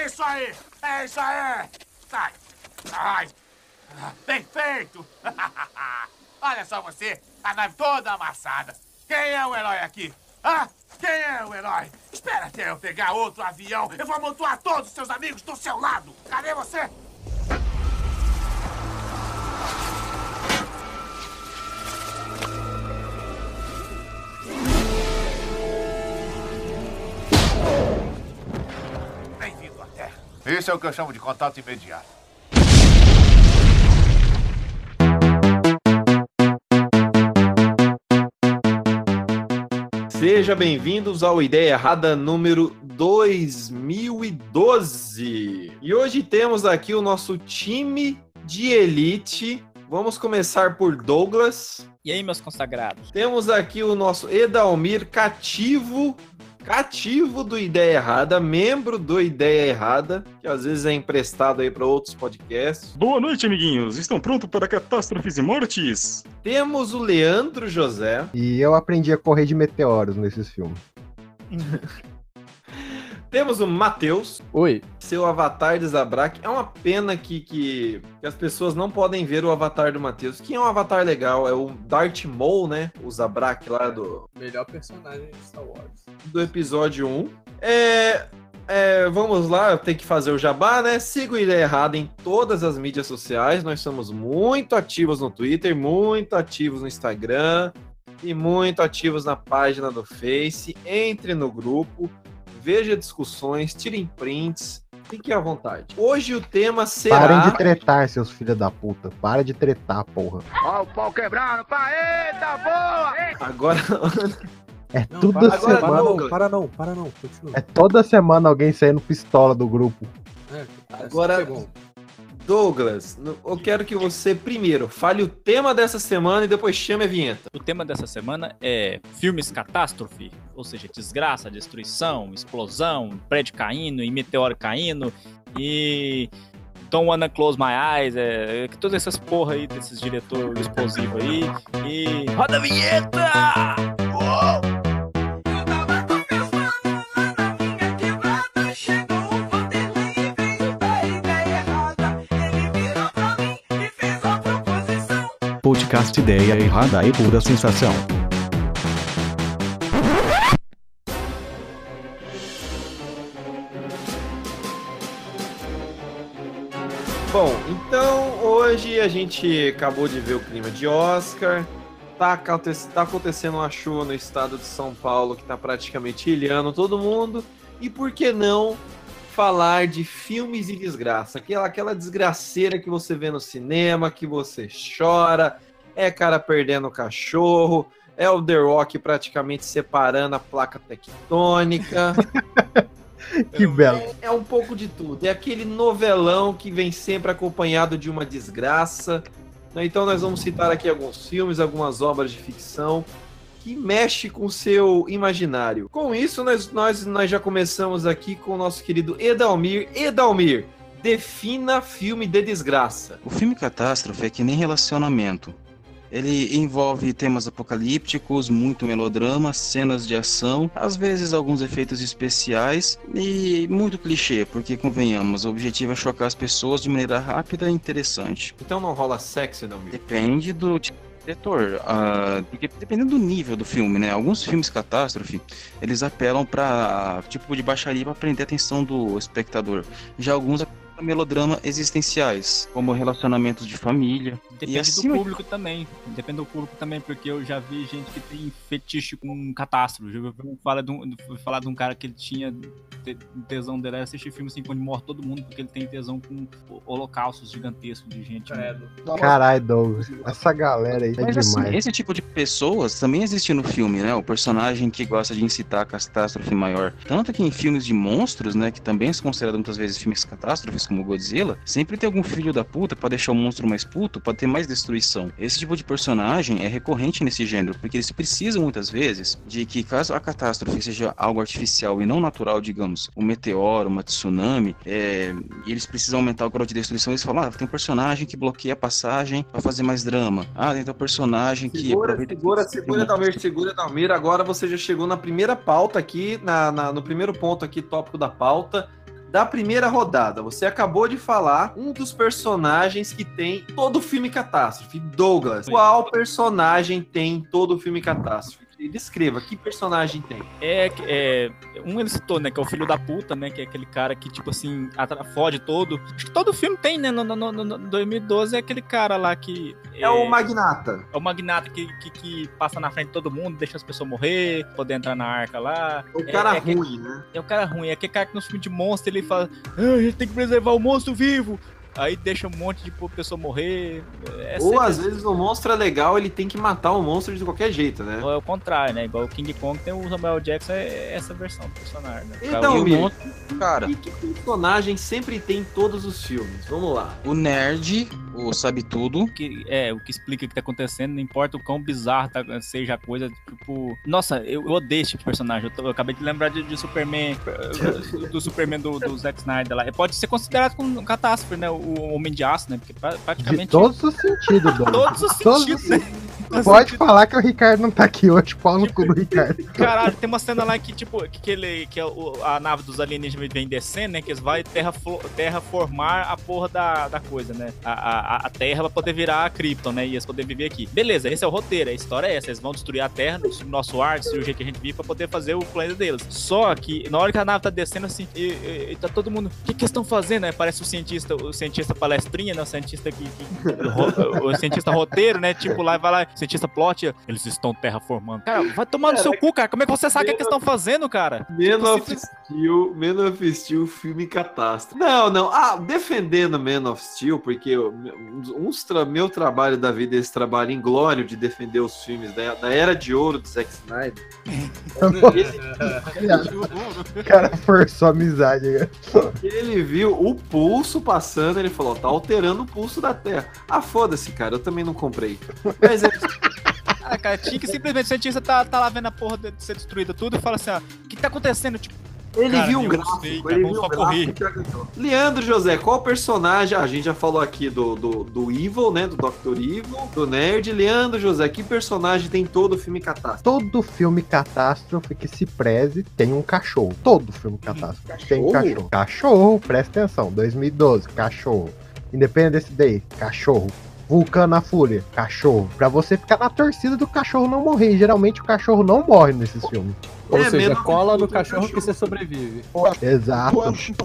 É isso aí! É isso aí! Sai! Ai! Bem feito! Olha só você, a nave toda amassada. Quem é o herói aqui? Ah? Quem é o herói? Espera até eu pegar outro avião. Eu vou amontoar todos os seus amigos do seu lado. Cadê você? Bem-vindo à Terra. Isso é o que eu chamo de contato imediato. Seja bem-vindos ao Ideia Errada número 2012. E hoje temos aqui o nosso time de elite. Vamos começar por Douglas. E aí, meus consagrados? Temos aqui o nosso Edalmir cativo do Ideia Errada, membro do Ideia Errada, que às vezes é emprestado aí para outros podcasts. Boa noite, amiguinhos. Estão prontos para catástrofes e mortes? Temos o Leandro José. E eu aprendi a correr de meteoros nesses filmes. Temos o Matheus. Oi. Seu avatar de Zabrak. É uma pena que as pessoas não podem ver o avatar do Matheus. Que é um avatar legal. É o Darth Maul, né? O Zabrak lá do... Melhor personagem de Star Wars. Do episódio 1. Vamos lá, tem que fazer o jabá, né? Siga o Ideia Errada em todas as mídias sociais. Nós somos muito ativos no Twitter, muito ativos no Instagram e muito ativos na página do Face. Entre no grupo, veja discussões, tirem prints, fiquem à vontade. Hoje o tema será... Parem de tretar, seus filhos da puta. Para de tretar, porra. Ó, o pau quebrando. Eita, boa! Agora... É Não, toda agora semana. Douglas. Para não. Continua. É toda semana alguém saindo pistola do grupo. Agora, Douglas, eu quero que você primeiro fale o tema dessa semana e depois chame a vinheta. O tema dessa semana é filmes catástrofe, ou seja, desgraça, destruição, explosão, prédio caindo e meteoro caindo e Don't Wanna Close My Eyes, todas essas porra aí desses diretores explosivos aí e roda a vinheta! Uou! Podcast Ideia Errada e Pura Sensação. Bom, então hoje a gente acabou de ver o clima de Oscar. Tá acontecendo uma chuva no estado de São Paulo que tá praticamente ilhando todo mundo. E por que não falar de filmes de desgraça? Aquela desgraceira que você vê no cinema, que você chora, é cara perdendo o cachorro, é o The Rock praticamente separando a placa tectônica. Que belo. É um pouco de tudo. É aquele novelão que vem sempre acompanhado de uma desgraça. Então nós vamos citar aqui alguns filmes, algumas obras de ficção que mexe com o seu imaginário. Com isso, nós já começamos aqui com o nosso querido Edalmir. Edalmir, defina filme de desgraça. O filme catástrofe é que nem relacionamento. Ele envolve temas apocalípticos, muito melodrama, cenas de ação, às vezes alguns efeitos especiais e muito clichê, porque convenhamos, o objetivo é chocar as pessoas de maneira rápida e interessante. Então não rola sexo, Edalmir? Depende do tipo de diretor, porque dependendo do nível do filme, né? Alguns filmes catástrofe, eles apelam para tipo de baixaria para prender a atenção do espectador. Já alguns melodrama existenciais, como relacionamentos de família. Depende do público também. Depende do público também, porque eu já vi gente que tem fetiche com catástrofe. Eu vi falar de um cara que ele tinha tesão dele era assistir filme assim quando morre todo mundo, porque ele tem tesão com holocaustos gigantescos de gente. Caralho, Douglas. Essa galera aí é Mas demais. assim, esse tipo de pessoas também existe no filme, né? O personagem que gosta de incitar a catástrofe maior. Tanto que em filmes de monstros, né, que também se consideram muitas vezes filmes catástrofes, como Godzilla, sempre tem algum filho da puta pra deixar o monstro mais puto, pra ter mais destruição. Esse tipo de personagem é recorrente nesse gênero, porque eles precisam muitas vezes de que, caso a catástrofe seja algo artificial e não natural, digamos, um meteoro, uma tsunami, e eles precisam aumentar o grau de destruição, eles falam, tem um personagem que bloqueia a passagem pra fazer mais drama. Tem um personagem que... Segura, Dalmir. Agora você já chegou na primeira pauta aqui, no primeiro ponto aqui, tópico da pauta. da primeira rodada. Você acabou de falar um dos personagens que tem todo o filme Catástrofe, Douglas. Qual personagem tem todo o filme Catástrofe? Descreva, que personagem tem? Um ele citou, né, que é o filho da puta, né, que é aquele cara que, tipo assim, fode todo. Acho que todo filme tem, né, no 2012 é aquele cara lá que... É o magnata. É o magnata que passa na frente de todo mundo, deixa as pessoas morrer, poder entrar na arca lá. O cara ruim, né? É o cara ruim, é aquele cara que no filme de monstro ele fala, a gente tem que preservar o monstro vivo. Aí deixa um monte de pessoa morrer. Ou às vezes o monstro é legal, ele tem que matar o monstro de qualquer jeito, né? Ou é o contrário, né? Igual o King Kong tem o Samuel Jackson, é essa versão do personagem, né? Então, cara, e que personagem sempre tem em todos os filmes? Vamos lá. O nerd, o sabe tudo. O que explica o que tá acontecendo, não importa o quão bizarro seja a coisa, tipo... Nossa, eu odeio esse tipo de personagem. Eu acabei de lembrar de Superman, do Superman do Zack Snyder lá. Pode ser considerado como um catástrofe, né? O Homem de Aço, né? Porque praticamente... De todos os sentidos, Douglas. Todos os sentidos, né? Pode falar que o Ricardo não tá aqui hoje, pau no cu do Ricardo. Caralho, tem uma cena lá que, tipo, a nave dos alienígenas vem descendo, né? Que eles vão terraformar a porra da coisa, né? A Terra pra poder virar a Krypton, né? E eles poderem viver aqui. Beleza, esse é o roteiro, a história é essa. Eles vão destruir a Terra, o nosso ar, destruir o jeito que a gente vive pra poder fazer o planeta deles. Só que, na hora que a nave tá descendo assim, e tá todo mundo... O que eles estão fazendo, né? Parece o cientista palestrinha, né? O cientista o cientista roteiro, né? Tipo, vai lá, cientista plot, eles estão terraformando. Cara, vai tomar no seu cu, cara. Como é que você sabe o que eles estão fazendo, cara? Man of Steel, filme catástrofe. Não. Defendendo Man of Steel, porque meu trabalho da vida é esse trabalho inglório de defender os filmes da Era de Ouro do Zack Snyder. O cara forçou a amizade, cara. Ele viu o pulso passando, ele falou, tá alterando o pulso da Terra. Foda-se, cara, eu também não comprei. Mas cara, tinha que simplesmente o cientista tá lá vendo a porra de ser destruída tudo e fala assim, o que tá acontecendo? Tipo, ele cara, viu um gráfico, Leandro José, qual personagem? A gente já falou aqui do Evil, né? Do Dr. Evil, do Nerd. Leandro José, que personagem tem todo o filme catástrofe? Todo filme catástrofe que se preze tem um cachorro. Todo filme catástrofe tem um cachorro. Cachorro, presta atenção. 2012, cachorro. Independence Day, cachorro. Vulcano na Fúria, cachorro. Pra você ficar na torcida do cachorro não morrer. E geralmente o cachorro não morre nesses filmes. Ou seja, cola no cachorro que você sobrevive. Exato.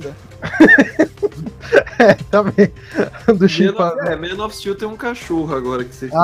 Também. Do chimpanzé. Man of Steel tem um cachorro agora que vocês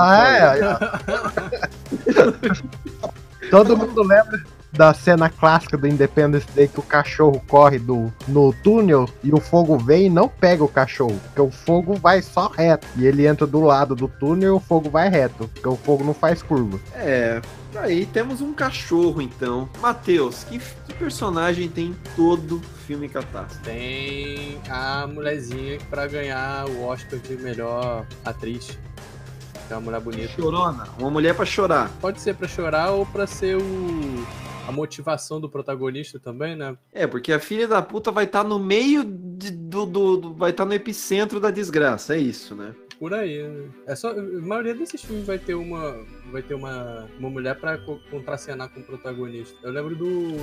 Todo mundo lembra da cena clássica do Independence Day que o cachorro corre no túnel e o fogo vem e não pega o cachorro, porque o fogo vai só reto. E ele entra do lado do túnel e o fogo vai reto, porque o fogo não faz curva. Aí temos um cachorro, então. Matheus, que personagem tem todo filme catástrofe? Tem a mulherzinha pra ganhar o Oscar de melhor atriz. É uma mulher bonita. Chorona. Uma mulher pra chorar. Pode ser pra chorar ou pra ser a motivação do protagonista também, né? Porque a filha da puta vai estar no meio vai estar no epicentro da desgraça, é isso, né? Por aí, né? A maioria desses filmes vai ter uma mulher pra contracenar com o protagonista. Eu lembro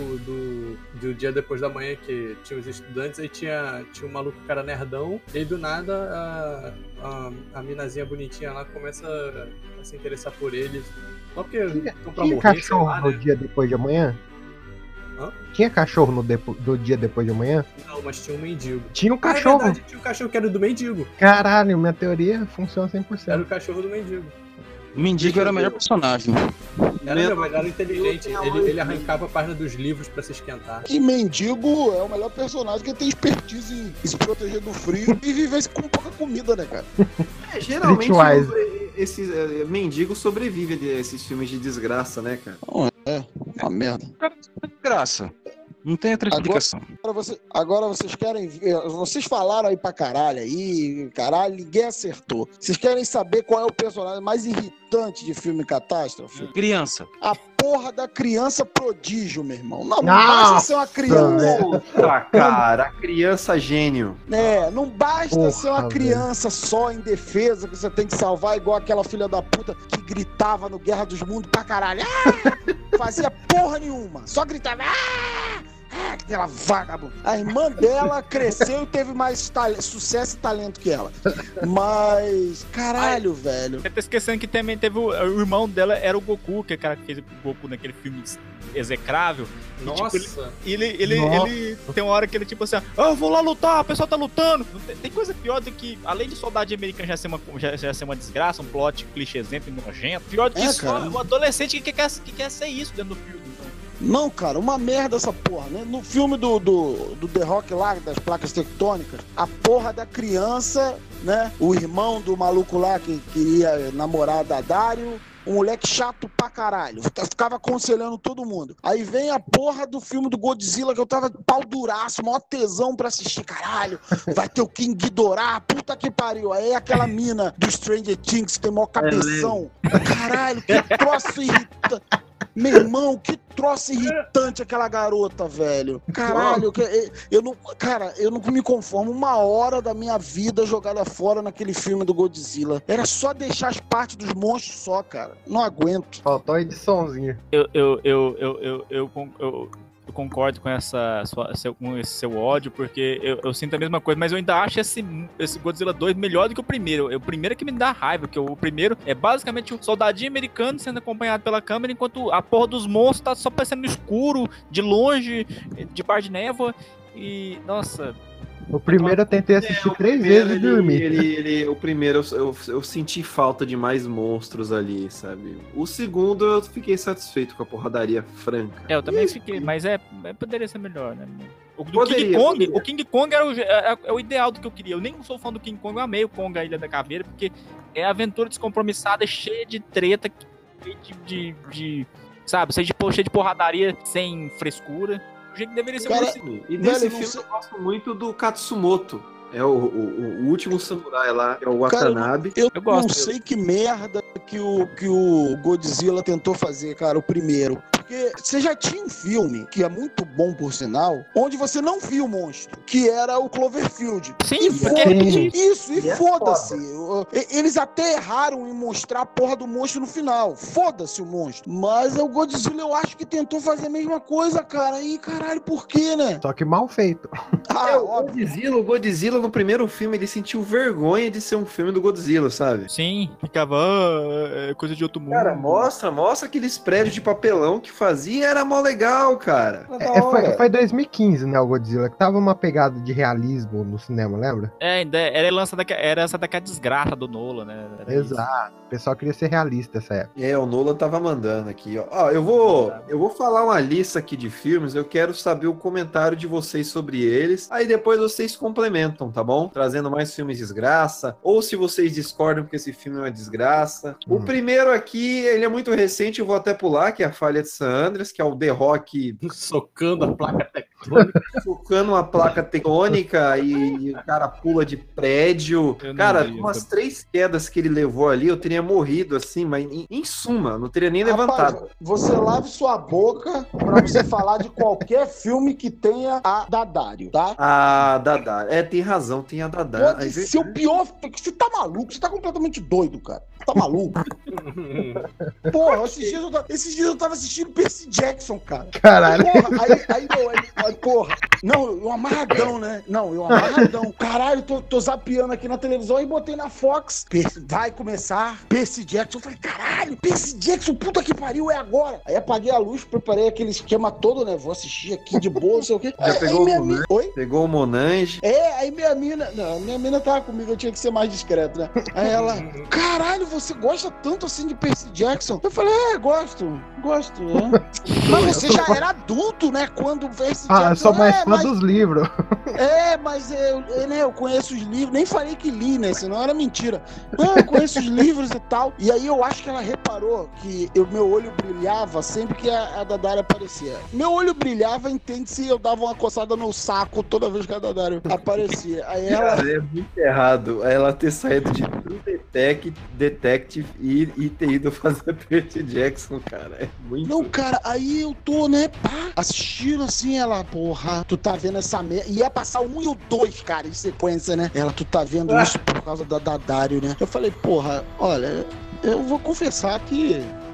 do Dia Depois da Manhã, que tinha os estudantes, aí tinha um maluco que era nerdão, e aí do nada a minazinha bonitinha lá começa a se interessar por ele. Só porque estão pra morrer, cachorro lá, no né? Dia Depois de Amanhã? Hã? Tinha cachorro do Dia Depois de Amanhã? Não, mas tinha um mendigo. Tinha um cachorro. Na verdade, tinha um cachorro que era do mendigo. Caralho, minha teoria funciona 100%. Era o cachorro do mendigo. O mendigo era o melhor personagem. Ele era inteligente, ele arrancava a página dos livros pra se esquentar. E mendigo é o melhor personagem que tem expertise em se proteger do frio e viver com pouca comida, né, cara? Geralmente esses mendigos sobrevivem a esses filmes de desgraça, né, cara? Uma merda. Graça. Não tem outra explicação. Agora vocês querem ver. Vocês falaram aí pra caralho ninguém acertou. Vocês querem saber qual é o personagem mais irritante de filme catástrofe? Criança. A porra da criança prodígio, meu irmão. Não basta ser uma criança. Cara, a criança gênio. Não basta ser uma criança só indefesa que você tem que salvar, igual aquela filha da puta que gritava no Guerra dos Mundos pra caralho. Fazia porra nenhuma. Só gritava. Aquela vagabunda. A irmã dela cresceu e teve mais sucesso e talento que ela. Mas, caralho, velho. Você tá esquecendo que também teve o irmão dela, era o Goku, que é o cara que fez o Goku naquele filme execrável. Nossa. E, tipo, ele tem uma hora que ele, tipo assim, eu vou lá lutar, o pessoal tá lutando. Tem coisa pior do que, além de Soldado Americano já ser uma desgraça, um plot clichêzento e nojento, pior do que isso, o adolescente que quer ser isso dentro do filme. Não, cara, uma merda essa porra, né? No filme do The Rock lá, das placas tectônicas, a porra da criança, né? O irmão do maluco lá que queria namorar da Dario, um moleque chato pra caralho. Ficava aconselhando todo mundo. Aí vem a porra do filme do Godzilla, que eu tava pau duraço, maior tesão pra assistir. Caralho, vai ter o King Ghidorah, puta que pariu. Aí aquela mina do Stranger Things, que tem maior cabeção. Caralho, que troço irritante. Meu irmão, que troço irritante aquela garota, velho. Caralho, eu não me conformo. 1 hora da minha vida jogada fora naquele filme do Godzilla. Era só deixar as partes dos monstros só, cara. Não aguento. Faltou a ediçãozinha. Eu concordo com com esse seu ódio, porque eu sinto a mesma coisa, mas eu ainda acho esse Godzilla 2 melhor do que o primeiro. O primeiro é que me dá raiva, porque o primeiro é basicamente um soldadinho americano sendo acompanhado pela câmera, enquanto a porra dos monstros tá só parecendo no escuro, de longe, de par de névoa, e, nossa... O primeiro eu tentei assistir 3 vezes e dormi. O primeiro eu senti falta de mais monstros ali, sabe? O segundo eu fiquei satisfeito com a porradaria franca. Eu também fiquei, mas poderia ser melhor, né? O King Kong é o ideal do que eu queria. Eu nem sou fã do King Kong, eu amei o Kong, a Ilha da Caveira, porque é aventura descompromissada, cheia de treta, sabe? Cheia de porradaria sem frescura. O jeito que deveria ser possível. E nesse filme eu gosto muito do Katsumoto. É o último samurai lá, é o Watanabe. Cara, eu não sei que merda que o Godzilla tentou fazer, cara, o primeiro. Porque você já tinha um filme, que é muito bom por sinal, onde você não viu o monstro, que era o Cloverfield. Sim, e foda-se. Eles até erraram em mostrar a porra do monstro no final. Foda-se o monstro. Mas o Godzilla eu acho que tentou fazer a mesma coisa, cara. E caralho, por quê, né? Só que mal feito. O Godzilla no primeiro filme, ele sentiu vergonha de ser um filme do Godzilla, sabe? Sim, ficava coisa de outro mundo. Cara, mostra aqueles prédios de papelão que fazia, era mó legal, cara. Foi 2015, né, o Godzilla, que tava uma pegada de realismo no cinema, lembra? Era essa daquela desgraça do Nolan, né? Exato. O pessoal queria ser realista essa época. O Nolan tava mandando aqui, ó. Eu vou falar uma lista aqui de filmes, eu quero saber o comentário de vocês sobre eles, aí depois vocês complementam, tá bom? Trazendo mais filmes desgraça, ou se vocês discordam que esse filme é uma desgraça. O primeiro aqui, ele é muito recente, eu vou até pular, que é a Falha de San Andreas, que é o The Rock socando a placa tectônica. Socando uma placa tectônica e o cara pula de prédio. Cara, umas 3 quedas que ele levou ali, eu teria morrido assim, mas em suma, não teria nem levantado. Você lave sua boca pra você falar de qualquer filme que tenha a Dadário, tá? A Dadário. Tem razão, tem a Dadário. Pode ser o pior. Você tá maluco? Você tá completamente doido, cara. Tá maluco? Porra, esses dias eu tava assistindo Percy Jackson, cara. Caralho. Porra, não, eu amarradão, né? Não, eu amarradão. Caralho, tô zapeando aqui na televisão e botei na Fox. Vai começar Percy Jackson. Eu falei, caralho, Percy Jackson, puta que pariu, é agora. Aí apaguei a luz, preparei aquele esquema todo, né? Vou assistir aqui de boa, não sei o quê. Já pegou o Monange? Oi? Pegou o Monange. Aí minha mina tava comigo, eu tinha que ser mais discreto, né? Aí ela, caralho, você gosta tanto assim de Percy Jackson? Eu falei, gosto, né? Mas você já era adulto, né? Quando Percy Jackson... eu sou mais fã dos livros. Mas eu conheço os livros, nem falei que li, né? Senão era mentira. Não, eu conheço os livros e tal. E aí eu acho que ela reparou que meu olho brilhava sempre que a Dadário aparecia. Meu olho brilhava, entende-se, eu dava uma coçada no saco toda vez que a Dadário aparecia. Aí ela... Cara, é muito errado ela ter saído de True Detective e ter ido fazer Percy Jackson, cara. É muito... Não, cara, aí eu tô, né, assistindo assim, ela, porra, tu tá vendo essa merda. Ia passar 1 e o 2, cara, em sequência, né? Ela, tu tá vendo isso por causa da Dadário, né? Eu falei, porra, olha, eu vou confessar que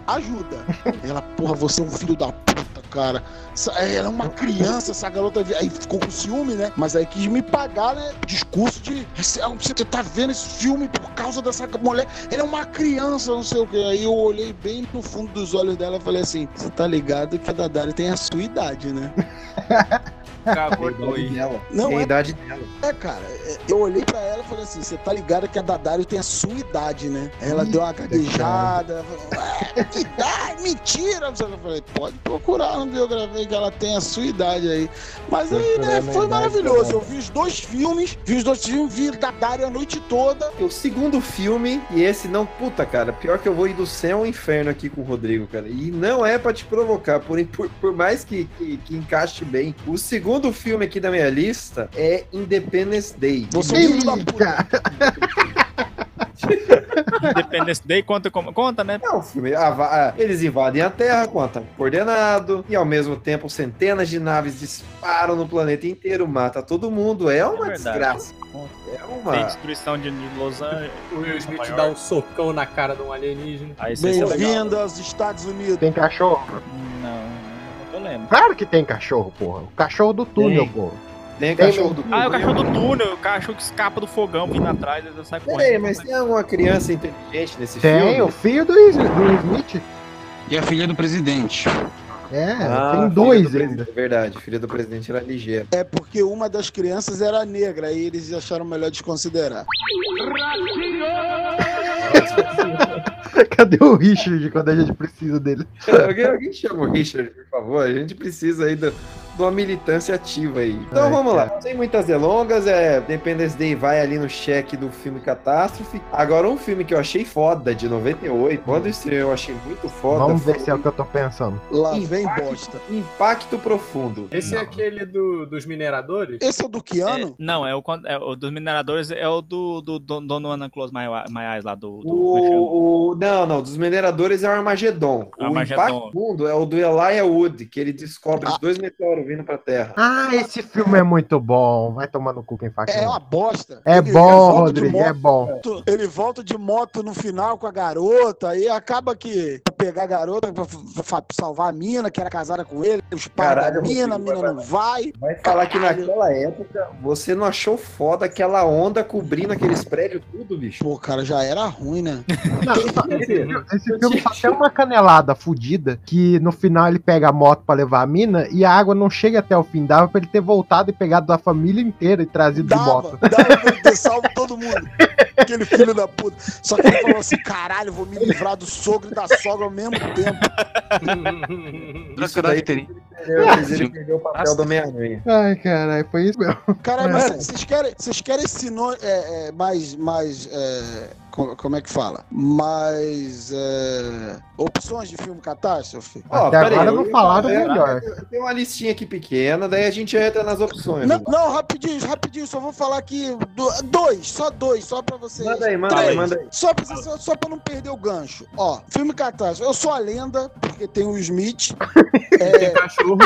ajuda. Ela, porra, você é um filho da puta, cara. Ela é uma criança, essa garota. Aí ficou com ciúme, né? Mas aí quis me pagar, né? Discurso de você tá vendo esse filme por causa dessa mulher. Ela é uma criança, não sei o que. Aí eu olhei bem no fundo dos olhos dela e falei assim: você tá ligado que a Dadari tem a sua idade, né? Acabou aí. Não, a é, idade dela. cara, eu olhei pra ela e falei assim, você tá ligado que a Dadário tem a sua idade, né? Ela deu uma gaguejada, falou, idade, mentira! Eu falei, pode procurar no biografia que ela tem a sua idade aí. Mas aí, né, foi maravilhoso. Eu vi os dois filmes, vi Dadário a noite toda. O segundo filme, e esse não, puta, cara, pior que eu vou ir do céu ao inferno aqui com o Rodrigo, cara. E não é pra te provocar, por mais que encaixe bem. O segundo filme aqui da minha lista é Independence Day. Você é filho da puta. Independence Day conta, né? É um filme. Eles invadem a Terra, conta coordenado, e ao mesmo tempo centenas de naves disparam no planeta inteiro, mata todo mundo. É uma desgraça. É uma... Tem destruição de Los Angeles. O Will Smith dá um socão na cara de um alienígena. Bem-vindo aos Estados Unidos. Tem cachorro? Não tô lembrando. Claro que tem cachorro, porra. O cachorro do túnel, porra. Tem o cachorro do túnel. Ah, é o cachorro do túnel, o cachorro que escapa do fogão vindo atrás, ele sai correndo. Peraí, mas tem alguma criança inteligente nesse Tem, filme? o filho do Smith. E a filha do presidente. Tem dois ainda. É verdade, filha do presidente era ligeira. É porque uma das crianças era negra, aí eles acharam melhor desconsiderar. Cadê o Richard quando a gente precisa dele? Alguém chama o Richard, por favor. A gente precisa aí de uma militância ativa aí. Então vamos lá. Sem muitas delongas, Independence Day vai ali no cheque do filme Catástrofe. Agora, um filme que eu achei foda, de 98. Quando estreou, eu achei muito foda. Vamos ver se é o que eu tô pensando. Lá vem bosta. Impacto Profundo. Esse é aquele dos mineradores? Esse é o do Keanu? Não, o dos mineradores é o do Dono Ana Close My Eyes lá do Não, dos mineradores é o Armagedon. O Impacto Profundo é o do Elijah Wood, que ele descobre os dois meteoros vindo pra Terra. Ah, esse filme é muito bom. Vai tomar no cu quem faz. É uma bosta. É bom, Rodrigo, é bom. Ele volta de moto no final com a garota e acaba que pegar a garota pra salvar a mina, que era casada com ele, os pais da mina, a mina não vai. Vai falar que naquela época você não achou foda aquela onda cobrindo aqueles prédios tudo, bicho? Pô, cara, já era ruim, né? Esse filme só tem uma canelada fodida que no final ele pega a moto pra levar a mina e a água não chega até o fim. Dava pra ele ter voltado e pegado da família inteira e trazido de moto. Dava pra ele ter salvo todo mundo. Aquele filho da puta. Só que ele falou assim, caralho, vou me livrar do sogro e da sogra ao mesmo tempo. Isso daí ele perdeu o papel do Homem-Aranha. Ai, caralho, foi isso mesmo. Caralho, mas vocês querem esse nome mais como é que fala? Mais opções de filme catástrofe? Até agora não falaram melhor. Tem uma listinha aqui pequena, daí a gente entra nas opções. Não, rapidinho, só vou falar aqui dois, só pra vocês. Manda aí. Só pra não perder o gancho. Ó, filme catástrofe. Eu sou a lenda, porque tem o Smith. Tem cachorro.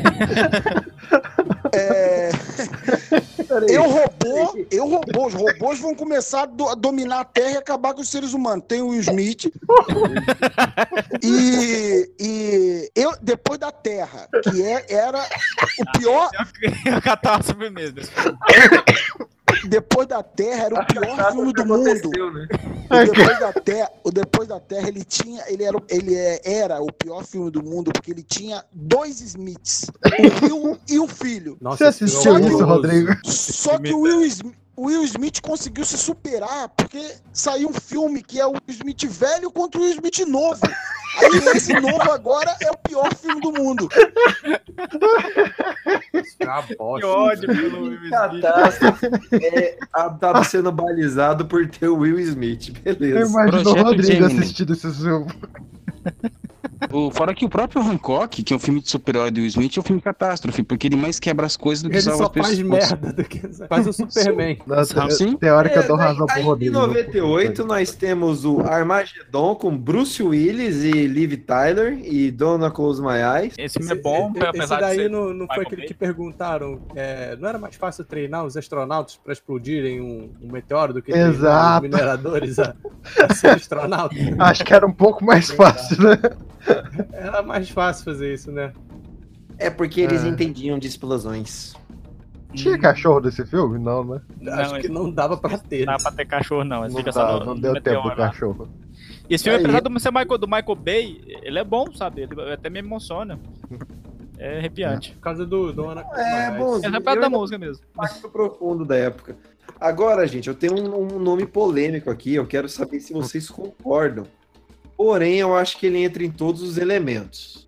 Eu robô. Os robôs vão começar a dominar a Terra e acabar com os seres humanos. Tem o Will Smith. e eu, depois da Terra, que era o pior. É a catástrofe mesmo. Depois da Terra era o pior filme do mundo. Né? O Depois da Terra ele era o pior filme do mundo porque ele tinha dois Smiths, o Will e o filho. Nossa, você assistiu isso, Rodrigo? Só que o Will Smith conseguiu se superar porque saiu um filme que é o Will Smith velho contra o Will Smith novo. Aí esse novo agora é o pior filme do mundo. Que ódio pelo Will Smith. Tá sendo balizado por ter o Will Smith. Beleza. Eu imagino o Rodrigo assistindo esse filme. Fora que o próprio Hancock, que é um filme de super-herói do Will Smith, é um filme catástrofe, porque ele mais quebra as coisas do que Ele salva só as pessoas. faz merda do que faz o Superman. Sim. Tem hora que eu dou daí- razão pro aí, Rodrigo. Em 98, nós temos o Armageddon com Bruce Willis e Liv Tyler e Donna Close My Eyes. Esse filme é bom, Esse apesar de daí ser não foi Michael aquele Bay. que perguntaram, não era mais fácil treinar os astronautas pra explodirem um meteoro do que treinar Exato. os mineradores a ser astronauta? Acho que era um pouco mais fácil, né? Era mais fácil fazer isso, né? É porque eles entendiam de explosões. Tinha cachorro desse filme? Não, né? Acho que não dava pra ter. Não dá pra ter cachorro, não. Não, Fica dá, só no, não no deu meteoro tempo do lá. cachorro. E esse filme, Aí- apesar de ser do Michael Bay, ele é bom, sabe? Ele até me emociona. É arrepiante. Por causa do Ana É, bom, É por causa da música mesmo. impacto profundo da época. Agora, gente, eu tenho um nome polêmico aqui, eu quero saber se vocês concordam. Porém, eu acho que ele entra em todos os elementos.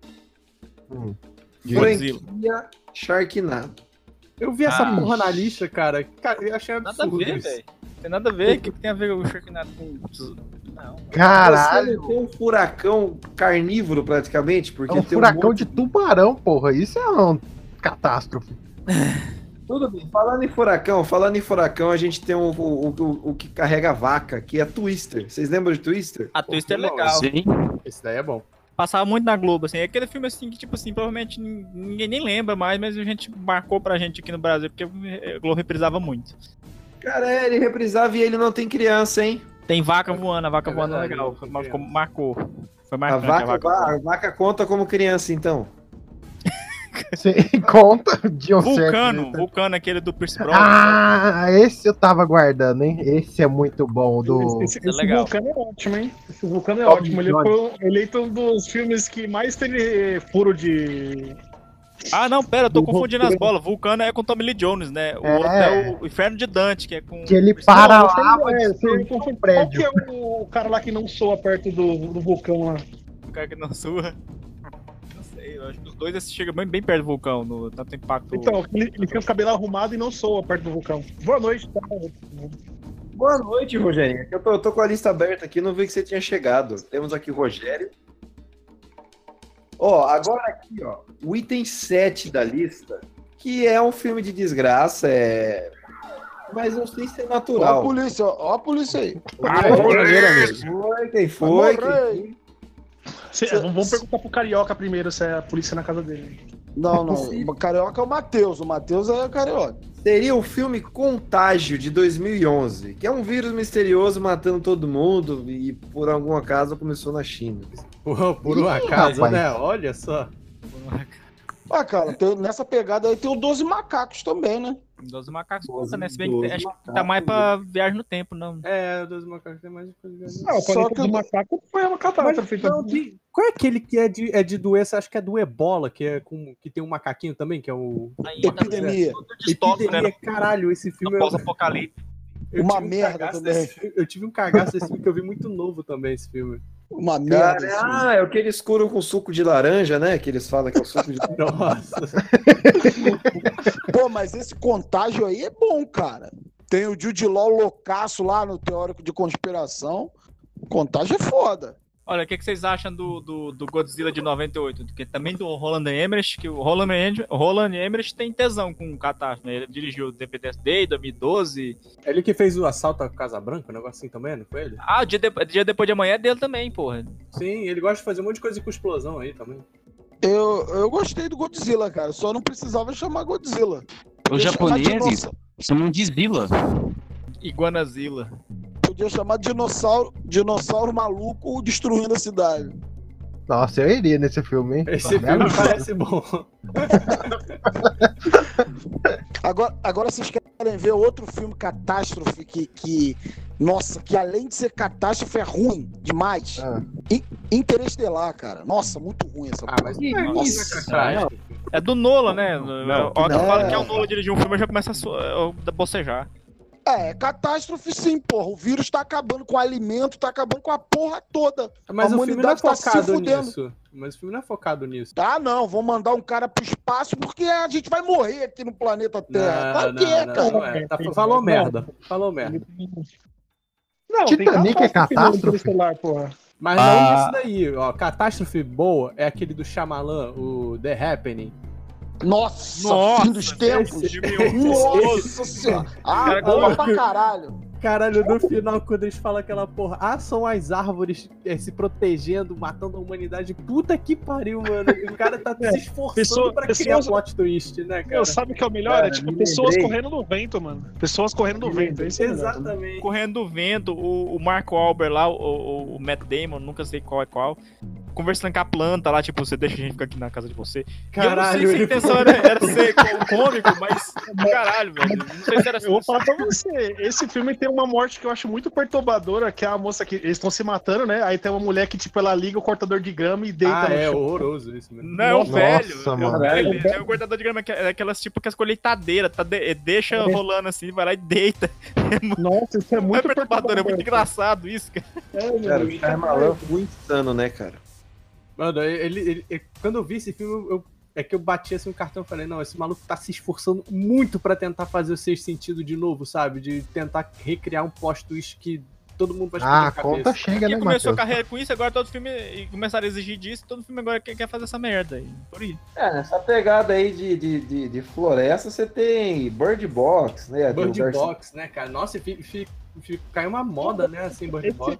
Godzilla. Franquia Sharknado. Eu vi essa porra na lista, cara. Cara, eu achei Nada a absurdo ver, isso. velho. Tem nada a ver. O que tem a ver com o Sharknado com... Não. Caralho! Você não tem um furacão carnívoro, praticamente, porque É um tem furacão monte de tubarão, porra. Isso é uma catástrofe. Tudo bem. Falando em furacão, a gente tem o que carrega a vaca, que é Twister. Vocês lembram de Twister? A Twister é Não, legal. Sim. Esse daí é bom. Passava muito na Globo, assim. É aquele filme, assim, que, tipo assim, provavelmente ninguém nem lembra mais, mas a gente marcou pra gente aqui no Brasil, porque a Globo reprisava muito. Cara, ele reprisava e ele não tem criança, hein? Tem vaca voando, a vaca voando é verdade, legal. não tem criança. Marcou. Foi A marcante vaca conta como criança, então. Você conta de um Vulcano, aquele do Pierce Brosnan. Ah, esse eu tava guardando, hein? Esse é muito bom. Esse é legal. Vulcano é ótimo, hein? Esse Vulcano é Top ótimo. Ele Johnny. foi eleito um dos filmes que mais teve furo de. Ah, não, pera, eu tô Do confundindo as roteiro. bolas. Vulcano é com Tommy Lee Jones, né? O É. outro é o Inferno de Dante, que é com... Que ele para Não, lá, você- vai você destruir confunde- um Qual prédio. que é o cara lá que não soa perto do vulcão lá? O cara que não surra. Não sei, eu acho que os dois chegam bem perto do vulcão, no tanto impacto... Então, ele fica com o cabelo arrumado e não soa perto do vulcão. Boa noite, tá? Boa noite, Rogério. Eu tô com a lista aberta aqui, não vi que você tinha chegado. Temos aqui o Rogério. Ó, agora aqui, ó, o item 7 da lista, que é um filme de desgraça, mas não sei se é Ó a natural. polícia, ó a polícia aí. Quem foi? Morrei. Vamos perguntar pro Carioca primeiro se é a polícia na casa dele. Não, o carioca é o Matheus. O Matheus é carioca. Seria o filme Contágio, de 2011, que é um vírus misterioso matando todo mundo e, por algum acaso, começou na China. Por um Ih, acaso, rapaz. né? Olha só. Ah, cara, nessa pegada aí tem o 12 Macacos também, né? 12 macacos 12 conta, né? Se bem que acho que tá macacos. mais pra viagem no tempo, não. É, dos macacos tem mais coisa. Ah, o Só planeta que do eu- macaco foi uma Mas catástrofe. não, qual é aquele que é de doença? Acho que é do ebola, que tem um macaquinho também, que é o. Epidemia. Epidemia, caralho, esse filme é. Pós-apocalipse. eu Uma tive um merda cagaço também. desse filme- Eu tive um cagaço desse filme que eu vi muito novo também, esse filme. Uma merda. assim. É o que eles curam com suco de laranja, né? Que eles falam que é o suco de Nossa. Pô, mas esse Contágio aí é bom, cara. Tem o Jude Law loucaço lá no Teórico de Conspiração. Contágio é foda. Olha, o que vocês acham do Godzilla de 98? Que também do Roland Emmerich, que o Roland Emmerich tem tesão com o Catástrofe, né? Ele dirigiu o Independence Day, 2012. Ele que fez o assalto à Casa Branca, um negócio assim também, não foi ele? Ah, o dia depois de amanhã é dele também, porra. Sim, ele gosta de fazer um monte de coisa com explosão aí também. Eu gostei do Godzilla, cara. Só não precisava chamar Godzilla. Os Podia chamar japoneses dinossauro- chamam de Zilla. Iguanazilla. Podia chamar dinossauro maluco destruindo a cidade. Nossa, eu iria nesse filme, hein? Esse filme parece bom. Agora vocês querem ver outro filme catástrofe nossa, que além de ser catástrofe é ruim demais. Ah. Interestelar, cara. Nossa, muito ruim essa Ah, porra. mas Nossa. É do Nolan, né? A hora que não. fala que é o Nolan dirigir um filme, eu já começa a bocejar. É, catástrofe sim, porra. O vírus tá acabando com o alimento, tá acabando com a porra toda. Mas A o filme não é humanidade tá se focado fudendo. nisso. Mas o filme não é focado nisso. Tá, não, vão mandar um cara pro espaço porque a gente vai morrer aqui no planeta Terra. Claro Não, que é, não, cara. não é. Falou merda. Falou merda. Não, Titanic é catástrofe? Interestelar, porra. Mas não isso daí, ó. Catástrofe boa é aquele do Shyamalan, o The Happening. Nossa, fim dos tempos. Nossa senhora. Boa pra caralho. Caralho, no final, quando eles falam aquela porra, são as árvores se protegendo, matando a humanidade. Puta que pariu, mano. O cara tá se esforçando pra criar plot twist, né, cara? Sabe o que é o melhor? Cara, é tipo pessoas correndo no vento, mano. Pessoas correndo no vento. Exatamente. Correndo no vento, o Mark Wahlberg lá, o Matt Damon, nunca sei qual é qual, conversando com a planta lá, tipo, você deixa a gente ficar aqui na casa de você. Caralho. E eu não sei se a intenção era ser cômico, mas caralho, velho. Não sei se era assim. Eu vou falar pra você, esse filme tem uma morte que eu acho muito perturbadora, que é a moça que eles estão se matando, né? Aí tem uma mulher que, tipo, ela liga o cortador de grama e deita no chão. Horroroso isso mesmo. Não, Nossa, velho. mano. É o cortador de grama, é aquelas tipo que as colheitadeiras, deixa rolando assim, vai lá e deita. Nossa, isso é muito perturbador, é muito engraçado isso, cara. Cara, o Shyamalan é muito insano, né, cara? Mano, ele, quando eu vi esse filme, é que eu bati assim no cartão e falei, não, esse maluco tá se esforçando muito pra tentar fazer o Sexto Sentido de novo, sabe? De tentar recriar um plot twist que todo mundo vai explodir a cabeça. A conta chega, né, começou Matheus? a carreira com isso, agora todo filme começaram a exigir disso, todo filme agora quer fazer essa merda. Nessa pegada aí de floresta, você tem Bird Box, né? Bird Box, né, cara? Nossa, caiu uma moda, né, assim, Bird Box.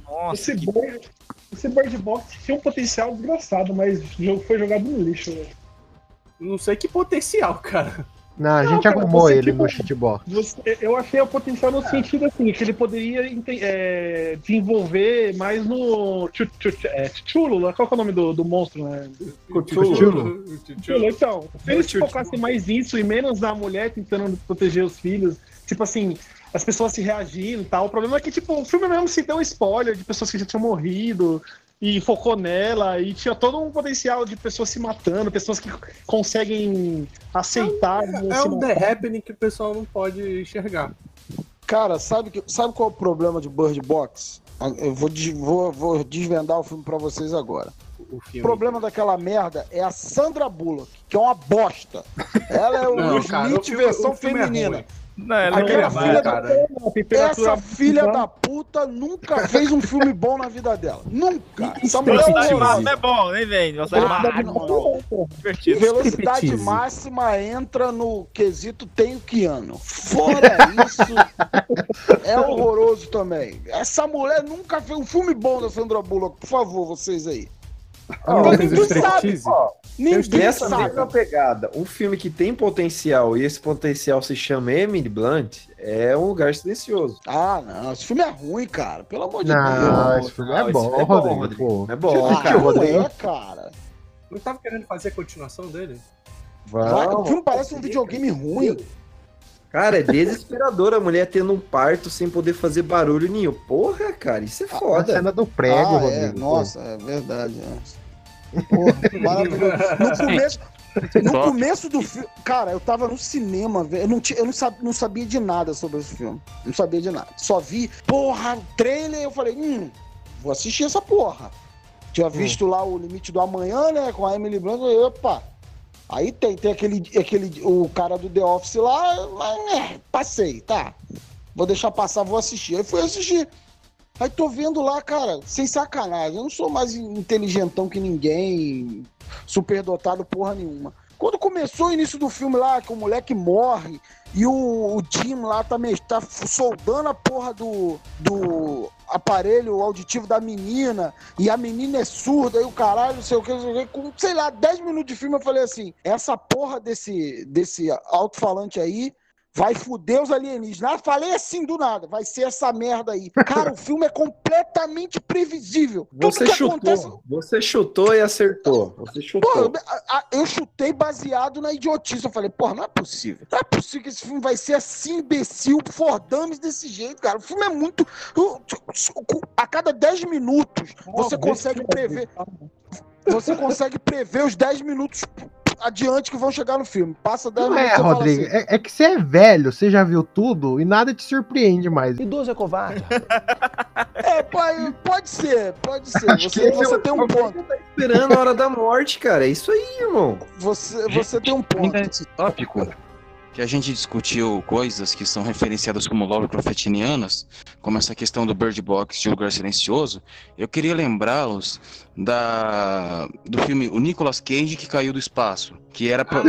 Esse Bird Box tinha um potencial desgraçado, mas foi jogado no lixo, velho. Não sei que potencial, cara. Não, a gente arrumou ele no shitbox. Eu achei o potencial no sentido assim, que ele poderia desenvolver mais no Chulo, qual que é o nome do monstro, né? Chulo. Então, se eles focassem mais nisso e menos na mulher tentando proteger os filhos, tipo assim, as pessoas se reagindo e tal. O problema é que, tipo, o filme mesmo se deu um spoiler de pessoas que já tinham morrido e focou nela, e tinha todo um potencial de pessoas se matando, pessoas que conseguem aceitar. É um The Happening que o pessoal não pode enxergar. Cara, sabe qual é o problema de Bird Box? Eu vou desvendar o filme pra vocês agora. O problema daquela merda é a Sandra Bullock, que é uma bosta. Ela é o Smith versão feminina. Não, ela aquela não filha cara. Essa filha da puta nunca fez um filme bom na vida dela. Nunca. Essa mulher Velocidade máxima é bom, nem vem. Velocidade máxima entra no quesito tem o Keanu. Fora isso, é horroroso também. Essa mulher nunca fez um filme bom da Sandra Bullock. Por favor, vocês aí. Ninguém sabe. Ninguém Nessa sabe. mesma pegada, um filme que tem potencial e esse potencial se chama Emily Blunt é Um Lugar Silencioso. Não, esse filme é ruim, cara. Pelo amor de Deus. Não, esse filme é bom, Rodrigo. É bom, cara. Rodrigo. Cara. Não tava querendo fazer a continuação dele? O filme parece um videogame ruim. Cara, é desesperador a mulher tendo um parto sem poder fazer barulho nenhum. Porra, cara, isso é foda. A cena do prego, Rodrigo. Nossa, é verdade. Porra, maravilhoso. No começo do filme, cara, eu tava no cinema, velho. Eu não sabia de nada sobre esse filme. Não sabia de nada. Só vi, porra, o trailer. Eu falei, vou assistir essa porra. Tinha visto lá O Limite do Amanhã, né? Com a Emily Blunt. Opa. Aí tem o cara do The Office lá, mas passei, tá. Vou deixar passar, vou assistir. Aí fui assistir. Aí tô vendo lá, cara, sem sacanagem. Eu não sou mais inteligentão que ninguém, superdotado porra nenhuma. Quando começou o início do filme lá, que o moleque morre e o Jim lá tá soldando a porra do aparelho auditivo da menina, e a menina é surda, e o caralho, não sei o que, com, sei lá, 10 minutos de filme eu falei assim, essa porra desse alto-falante aí vai foder os alienígenas. Falei assim do nada, vai ser essa merda aí. Cara, o filme é completamente previsível. Você chutou e acertou. Você chutou. Pô, eu chutei baseado na idiotice. Eu falei, porra, não é possível. Não é possível que esse filme vai ser assim, imbecil, fordames desse jeito, cara. O filme é muito... A cada 10 minutos, você consegue prever... Você consegue prever os 10 minutos adiante que vão chegar no filme. Passa 10 minutos. Não é, Rodrigo, assim, é que você é velho, você já viu tudo e nada te surpreende mais. Idoso é covarde. Pode ser. Você tem um ponto. Você tá esperando a hora da morte, cara. É isso aí, irmão. Você tem um ponto. Esse tópico, que a gente discutiu coisas que são referenciadas como Lovecraftianas, como essa questão do Bird Box de Lugar Silencioso, eu queria lembrá-los do filme O Nicolas Cage que caiu do espaço, que era pra...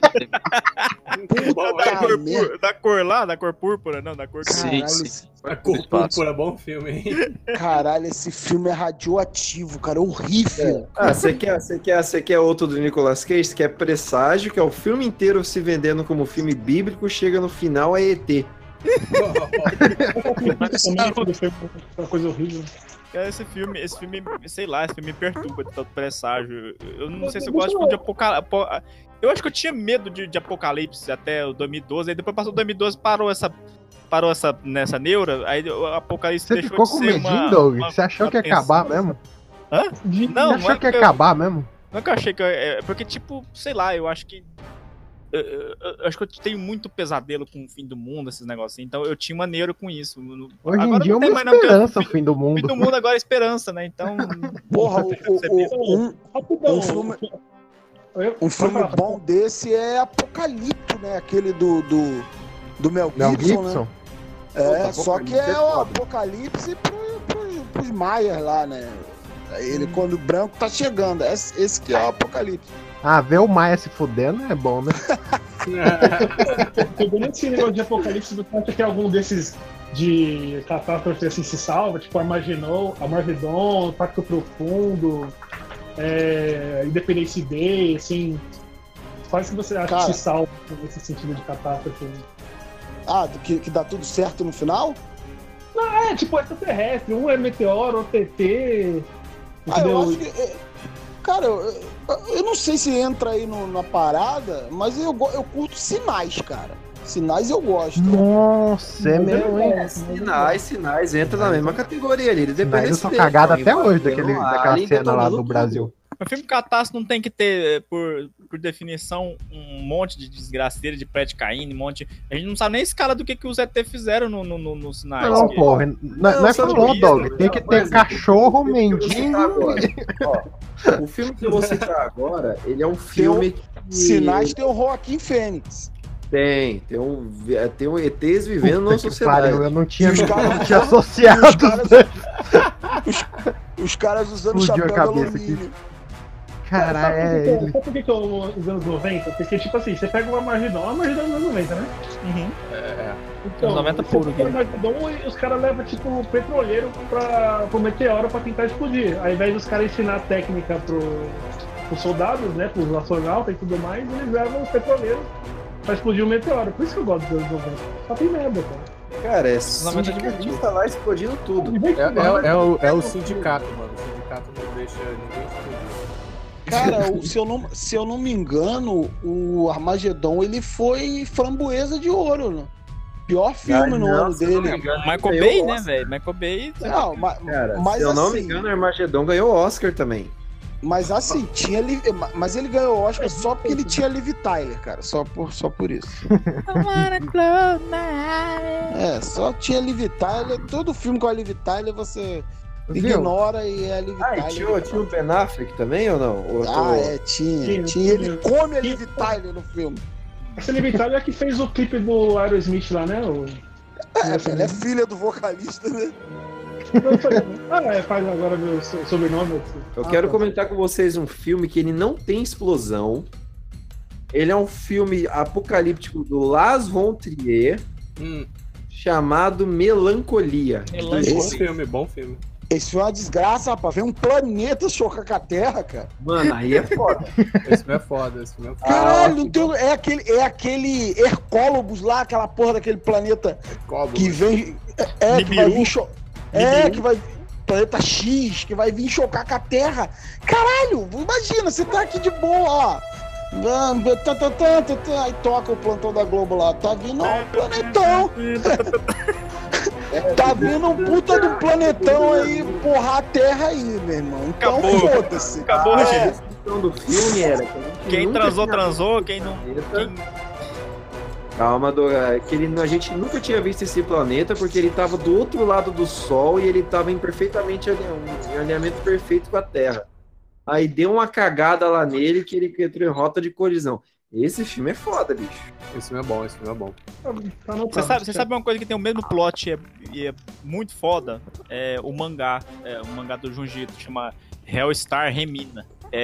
Da cor lá, da cor púrpura, não, da cor... Sim. A cor púrpura é bom filme, hein? Caralho, esse filme é radioativo, cara, horrível. Você quer outro do Nicolas Cage? Você quer Presságio, que é o filme inteiro se vendendo como filme bíblico, chega no final é ET. Uma coisa horrível. Cara, esse filme, sei lá, esse filme me perturba de tanto presságio. Eu não sei se eu gosto de filme de apocalipse. Eu acho que eu tinha medo de apocalipse até o 2012, aí depois passou o 2012, parou nessa neura, aí o apocalipse Você deixou ficou de com ser medinho, Doug? Você achou que ia acabar mesmo? Hã? Não, Você achou que ia acabar mesmo? Nunca achei que... Porque, tipo, sei lá, eu acho que... Eu acho que eu tenho muito pesadelo com o fim do mundo, esses negócios. Então eu tinha maneiro com isso. Hoje agora em dia é não tem uma mais não, porque esperança o fim do mundo. o fim do mundo agora é esperança, né? Então... Porra, um filme bom desse é Apocalipto, né? Aquele do Mel Gibson, né? É, só que é o Apocalipse pros maias lá, né? Ele, quando o branco tá chegando. Esse que é o Apocalipse. Ah, ver o Maia se fudendo é bom, né? Pegando esse negócio de Apocalipse, você acha que algum desses de catástrofe assim se salva? Tipo Armagedon, Pacto Profundo, Independence Day, assim. Quais que você acha que se salva nesse sentido de catástrofe? Ah, que dá tudo certo no final? Não, tipo extraterrestre. Um é meteoro, outro é ET. Eu acho que... Cara, eu não sei se entra aí na parada, mas eu curto Sinais, cara. Sinais eu gosto. Nossa, é mesmo, hein? Sinais entra na mesma categoria ali. Sinais eu sou cagado até hoje daquela cena lá do Brasil. O filme catástrofe não tem que ter, por definição, um monte de desgraceira, de prédio caindo, um monte... A gente não sabe nem a escala do que os ET fizeram no Sinais. Não, porra. Não é falou, Doug. Tem que ter cachorro, mendigo... O filme que eu vou citar agora, ele é um filme que... Sinais tem o Joaquim Fênix. Tem um ETs vivendo na sociedade. Eu não tinha associado. Os caras usando chapéu de alumínio. Caralho, é ele. Sabe por que eu os anos 90? Porque, tipo assim, você pega o Armagedon é dos anos 90, né? Uhum. Então, 90 puro. O Armagedon e os caras levam, tipo, o petroleiro pro meteoro pra tentar explodir. Ao invés dos caras ensinar a técnica pros soldados, né? Pros astronautas e tudo mais, eles levam os petroleiros pra explodir o meteoro. Por isso que eu gosto dos anos 90. Só tem merda, cara. Cara, é sindicalista lá explodindo tudo. É o sindicato, mano. O sindicato não deixa ninguém explodir. Cara, se eu não me engano, o Armagedon ele foi framboesa de ouro, né? Pior filme no ano dele. Michael Bay, né, velho? Michael Bay. Não, mas se eu não me assim, engano, o Armagedon ganhou Oscar também. Mas assim, mas ele ganhou Oscar só porque ele tinha Liv Tyler, cara. Só por isso. Só tinha Liv Tyler. Todo filme com a Liv Tyler você ignora e é a Liv Tyler. Tinha o Ben Affleck também ou não? Tinha. Ele come a Liv Tyler no filme. Essa Liv Tyler é que fez o clipe do Aerosmith lá, né? Ela é filha do vocalista, né? Faz agora meu sobrenome. Eu quero comentar com vocês um filme que ele não tem explosão. Ele é um filme apocalíptico do Lars von Trier, chamado Melancolia. Bom filme. Esse foi uma desgraça, rapaz. Vem um planeta chocar com a Terra, cara. Mano, aí é foda. Esse filme é foda. Caralho, não tem... é aquele Hercólogos lá, aquela porra daquele planeta que vem... que vai vir... que vai... Planeta X, que vai vir chocar com a Terra. Caralho, imagina, você tá aqui de boa, ó. Aí toca o plantão da Globo lá. Tá vindo um planetão. Tá vindo um puta do planetão aí, porra, a Terra aí, meu irmão. Então foda-se. Acabou, A questão do filme era que quem transou, quem não... Calma, a gente nunca tinha visto esse planeta porque ele tava do outro lado do Sol e ele tava em alinhamento perfeito com a Terra. Aí deu uma cagada lá nele que ele entrou em rota de colisão. Esse filme é foda, bicho. Esse filme é bom, esse filme é bom. Você sabe uma coisa que tem o mesmo plot e é muito foda? É o mangá do Junji Ito, chama Hellstar Remina.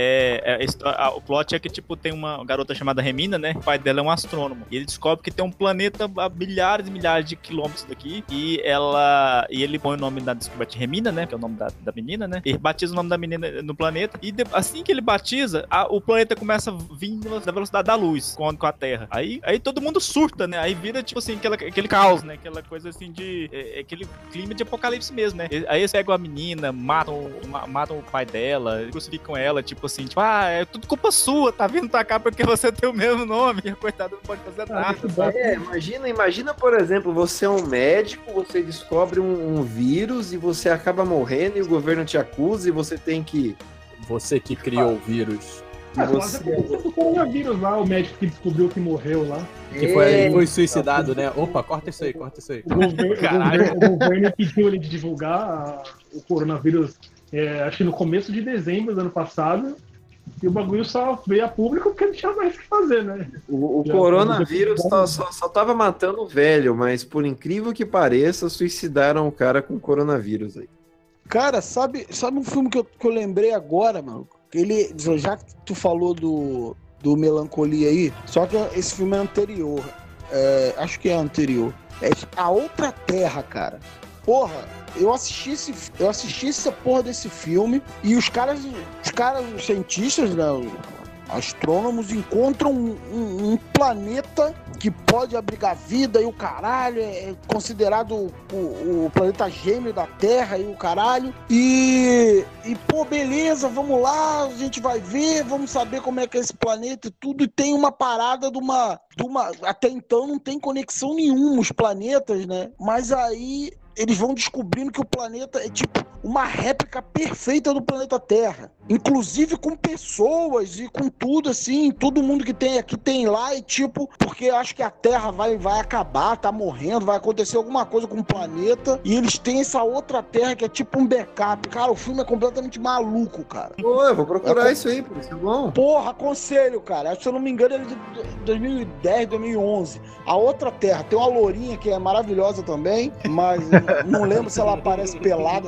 O plot é que, tipo, tem uma garota chamada Remina, né? O pai dela é um astrônomo. E ele descobre que tem um planeta a milhares e milhares de quilômetros daqui. E ele põe o nome da descoberta de Remina, né? Que é o nome da menina, né? E batiza o nome da menina no planeta. E assim que ele batiza, o planeta começa a vir da velocidade da luz com a Terra. Aí todo mundo surta, né? Aí vira, tipo assim, aquele caos, né? Aquela coisa assim de... aquele clima de apocalipse mesmo, né? Aí eles pegam a menina, matam o pai dela, crucificam ela, tipo assim, é tudo culpa sua, tá vindo pra cá porque você tem o mesmo nome, e a coitada não pode fazer nada, sabe? Imagina, por exemplo, você é um médico, você descobre um vírus e você acaba morrendo e o governo te acusa e você tem que... Você que criou o vírus. Quase aconteceu com o coronavírus lá, o médico que descobriu que morreu lá. Que foi suicidado, né? Opa, corta isso aí. O governo pediu ele de divulgar o coronavírus, acho que no começo de dezembro do ano passado, e o bagulho só veio a público porque não tinha mais o que fazer, né? O coronavírus só tava matando o velho, mas por incrível que pareça, suicidaram o cara com coronavírus aí. Cara, sabe um filme que eu lembrei agora, mano? Já que tu falou do Melancolia aí, só que esse filme é anterior. Acho que é anterior. É A Outra Terra, cara. Porra, eu assisti essa porra desse filme e os cientistas, né, astrônomos, encontram um planeta que pode abrigar vida e o caralho, é considerado o planeta gêmeo da Terra e o caralho. E pô, beleza, vamos lá, a gente vai ver, vamos saber como é que é esse planeta e tudo. E tem uma parada de uma até então não tem conexão nenhuma os planetas, né? Mas aí eles vão descobrindo que o planeta é tipo uma réplica perfeita do planeta Terra. Inclusive com pessoas e com tudo assim, todo mundo que tem aqui tem lá, e tipo, porque acho que a Terra vai acabar, tá morrendo, vai acontecer alguma coisa com o planeta, e eles têm essa outra Terra que é tipo um backup. Cara, o filme é completamente maluco, cara. Pô, eu vou procurar isso aí, por isso é bom. Porra, aconselho, cara. Se eu não me engano, ele é de 2010, 2011. A Outra Terra tem uma lourinha que é maravilhosa também, mas não lembro se ela aparece pelada.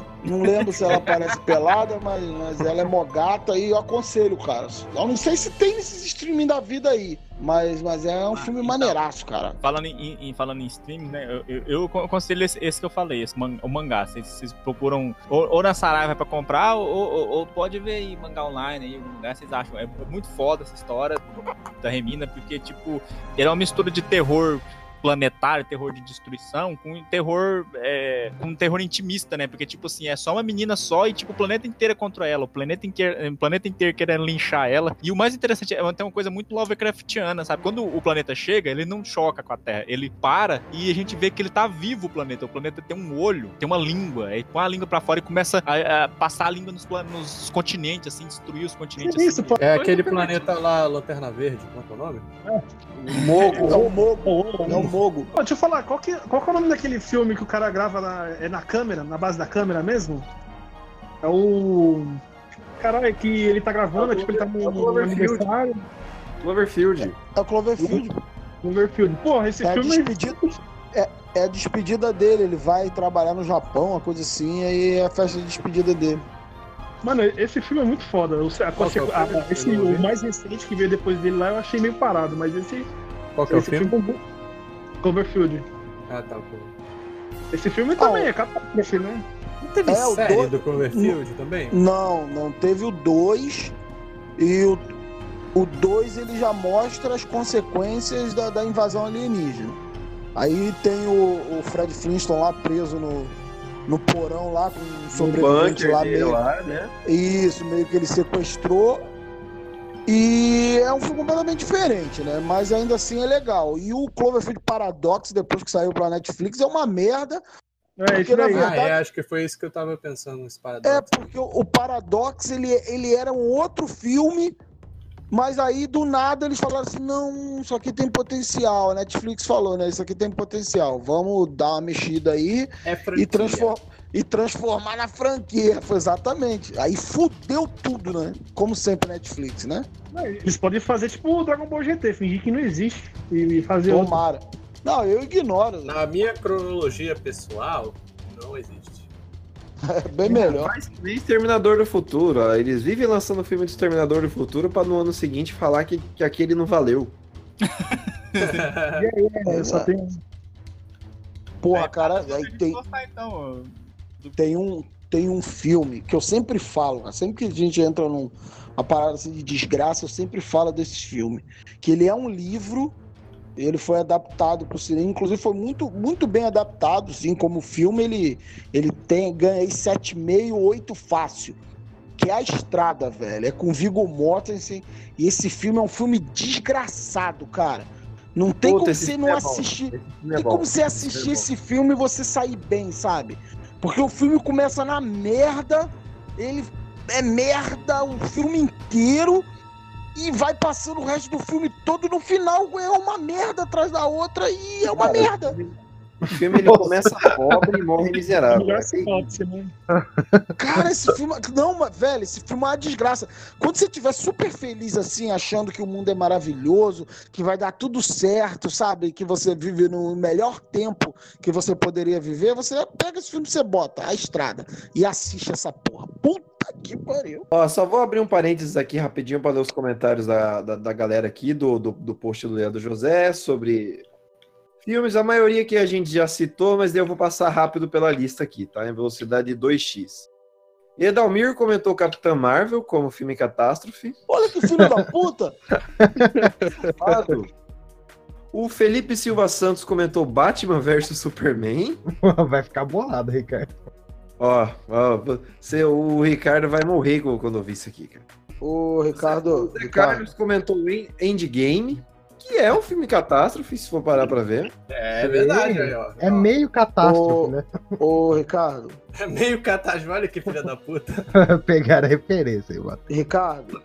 Mas ela é mogata, e eu aconselho, cara. Eu não sei se tem nesses streaming da vida aí, mas é um filme maneiraço, cara. Falando em streaming, né? Eu aconselho esse que eu falei, o mangá. Vocês procuram ou na Saraiva pra comprar, ou pode ver aí mangá online aí, algum lugar, vocês acham. É muito foda essa história da Remina, porque, tipo, ele é uma mistura de terror planetário, terror de destruição, com terror intimista, né? Porque, tipo assim, é só uma menina só e, tipo, o planeta inteiro é contra ela, o planeta inteiro querendo linchar ela. E o mais interessante tem uma coisa muito Lovecraftiana, sabe? Quando o planeta chega, ele não choca com a Terra, ele para e a gente vê que ele tá vivo, o planeta tem um olho, tem uma língua, aí põe a língua pra fora e começa a passar a língua nos continentes, assim, destruir os continentes. Isso, assim. É aquele planeta lá, Lanterna Verde, qual é o nome? O Mogo. Deixa eu falar, qual que é o nome daquele filme que o cara grava na câmera, na base da câmera mesmo? É o... Caralho, que ele tá gravando, tipo, ele tá no aniversário. Cloverfield. É o Cloverfield. Porra, esse filme... É a despedida dele, ele vai trabalhar no Japão, uma coisa assim, aí é a festa de despedida dele. Mano, esse filme é muito foda. O mais recente que veio depois dele lá eu achei meio parado, mas esse... Qual que é o filme? Cloverfield. Ah, tá, pô. Esse filme também é catástrofe, né? Não teve série do Cloverfield também? Não teve o 2. E o 2 ele já mostra as consequências da invasão alienígena. Aí tem o Fred Flintstone lá preso no porão lá, com um sobrevivente lá meio... lá, né? Isso, meio que ele sequestrou. E é um filme completamente diferente, né? Mas ainda assim é legal. E o Cloverfield Paradox, depois que saiu pra Netflix, é uma merda. Porque, na verdade, acho que foi isso que eu tava pensando nesse Paradox. Porque o Paradox, ele era um outro filme Mas aí, do nada, eles falaram assim, não, isso aqui tem potencial. A Netflix falou, né? Isso aqui tem potencial. Vamos dar uma mexida aí e transformar na franquia. Foi exatamente. Aí fudeu tudo, né? Como sempre, Netflix, né? Eles podem fazer tipo o Dragon Ball GT, fingir que não existe e fazer Tomara. Não, eu ignoro. Na minha cronologia pessoal, não existe. É bem melhor. Faz que nem Exterminador do Futuro, ó. Eles vivem lançando filme de Exterminador do Futuro pra no ano seguinte falar que aquele não valeu. Só tem... Porra, cara, aí tem um filme que eu sempre falo, cara, sempre que a gente entra numa parada assim de desgraça, eu sempre falo desse filme. Que ele é um livro, ele foi adaptado pro cinema, inclusive foi muito, muito bem adaptado, sim, como filme, ele ganha aí 7,5, 8 fácil. Que é A Estrada, velho. É com Viggo Mortensen. E esse filme é um filme desgraçado, cara. Não tem como você não assistir. Tem como você assistir esse filme e você sair bem, sabe? Porque o filme começa na merda, ele é merda o filme inteiro e vai passando o resto do filme todo. No final é uma merda atrás da outra e é uma merda. O filme ele começa pobre e morre miserável. Cara, esse filme. Não, velho, esse filme é uma desgraça. Quando você estiver super feliz assim, achando que o mundo é maravilhoso, que vai dar tudo certo, sabe? Que você vive no melhor tempo que você poderia viver, você pega esse filme e você bota A Estrada e assiste essa porra. Puta que pariu. Ó, só vou abrir um parênteses aqui rapidinho para ler os comentários da galera aqui do post do Leandro José sobre filmes, a maioria que a gente já citou, mas eu vou passar rápido pela lista aqui, tá? Em velocidade 2x. Edalmir comentou Capitã Marvel como filme catástrofe. Olha que filho da puta! O Felipe Silva Santos comentou Batman vs Superman. Vai ficar bolado, Ricardo. Ó, o Ricardo vai morrer quando ouvir isso aqui, cara. O Ricardo... O Carlos comentou Endgame, que é um filme catástrofe, se for parar pra ver. É verdade, aí, ó. É meio catástrofe, né? Ô, Ricardo. É meio catástrofe, olha que filha da puta. Pegaram a referência aí, mano. Ricardo.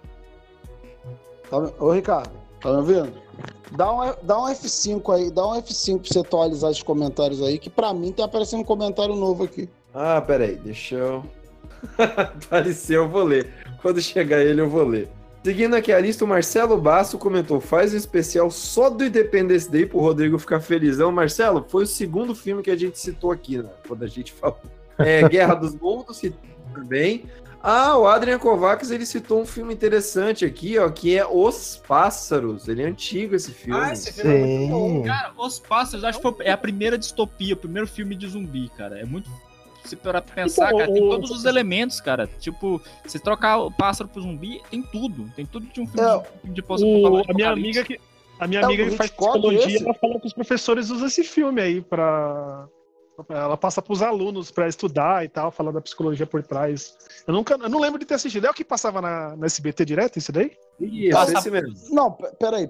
Ô, Ricardo, tá me ouvindo? Dá um F5 aí, dá um F5 pra você atualizar os comentários aí, que pra mim tá aparecendo um comentário novo aqui. Ah, peraí, deixa eu... Apareceu, eu vou ler. Quando chegar ele, eu vou ler. Seguindo aqui a lista, o Marcelo Basso comentou: faz um especial só do Independence Day pro Rodrigo ficar felizão. Marcelo, foi o segundo filme que a gente citou aqui, né? Quando a gente falou. Guerra dos Mundos, citou também. O Adrian Kovacs, ele citou um filme interessante aqui, ó, que é Os Pássaros. Ele é antigo, esse filme. Esse filme é muito bom. Cara, Os Pássaros, acho que é a primeira distopia, o primeiro filme de zumbi, cara. É muito... Se parar pra pensar, cara, tem todos os elementos, cara. Tipo, se trocar o pássaro pro zumbi, tem tudo. Tem tudo de um filme de A minha amiga que faz psicologia, ela fala que os professores usam esse filme aí pra... Ela passa pros alunos pra estudar e tal, falar da psicologia por trás. Eu não lembro de ter assistido. É o que passava na SBT direto, esse daí? Isso, esse mesmo. Não, peraí.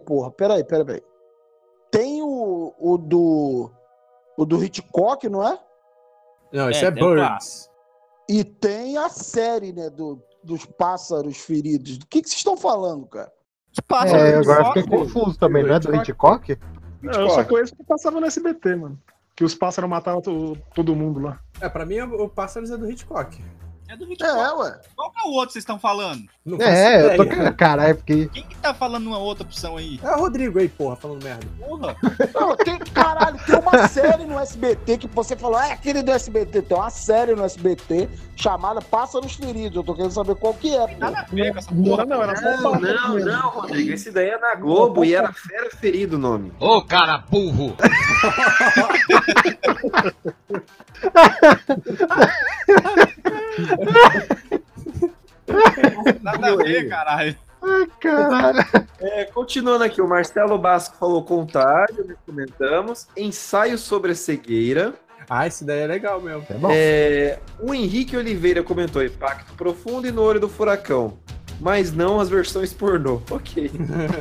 Tem o do Hitchcock, não é? Não, esse é Birds. E tem a série, né, dos pássaros feridos. Do que vocês estão falando, cara? Agora fiquei confuso também, não é do Hitchcock? Não, eu só conheço que passava no SBT, mano. Que os pássaros matavam todo mundo lá. Pra mim, o Pássaros é do Hitchcock. É do Hitchcock. Ué. Qual que é o outro que vocês estão falando? Eu tô com caralho, porque... Quem que tá falando uma outra opção aí? É o Rodrigo aí, porra, falando merda. Porra! Não, tem uma série no SBT que você falou, aquele do SBT. Tem uma série no SBT chamada Pássaros Feridos. Eu tô querendo saber qual que é. Nada a ver com essa porra. Não, Rodrigo. Esse daí é na Globo e era Fera Ferido o nome. Ô, cara burro! Nada a ver, caralho. Ai, caralho. Continuando aqui, o Marcelo Basco falou Contágio, nós comentamos. Ensaio sobre a cegueira. Esse daí é legal mesmo. O Henrique Oliveira comentou Impacto Profundo e No Olho do Furacão. Mas não as versões pornô. Ok.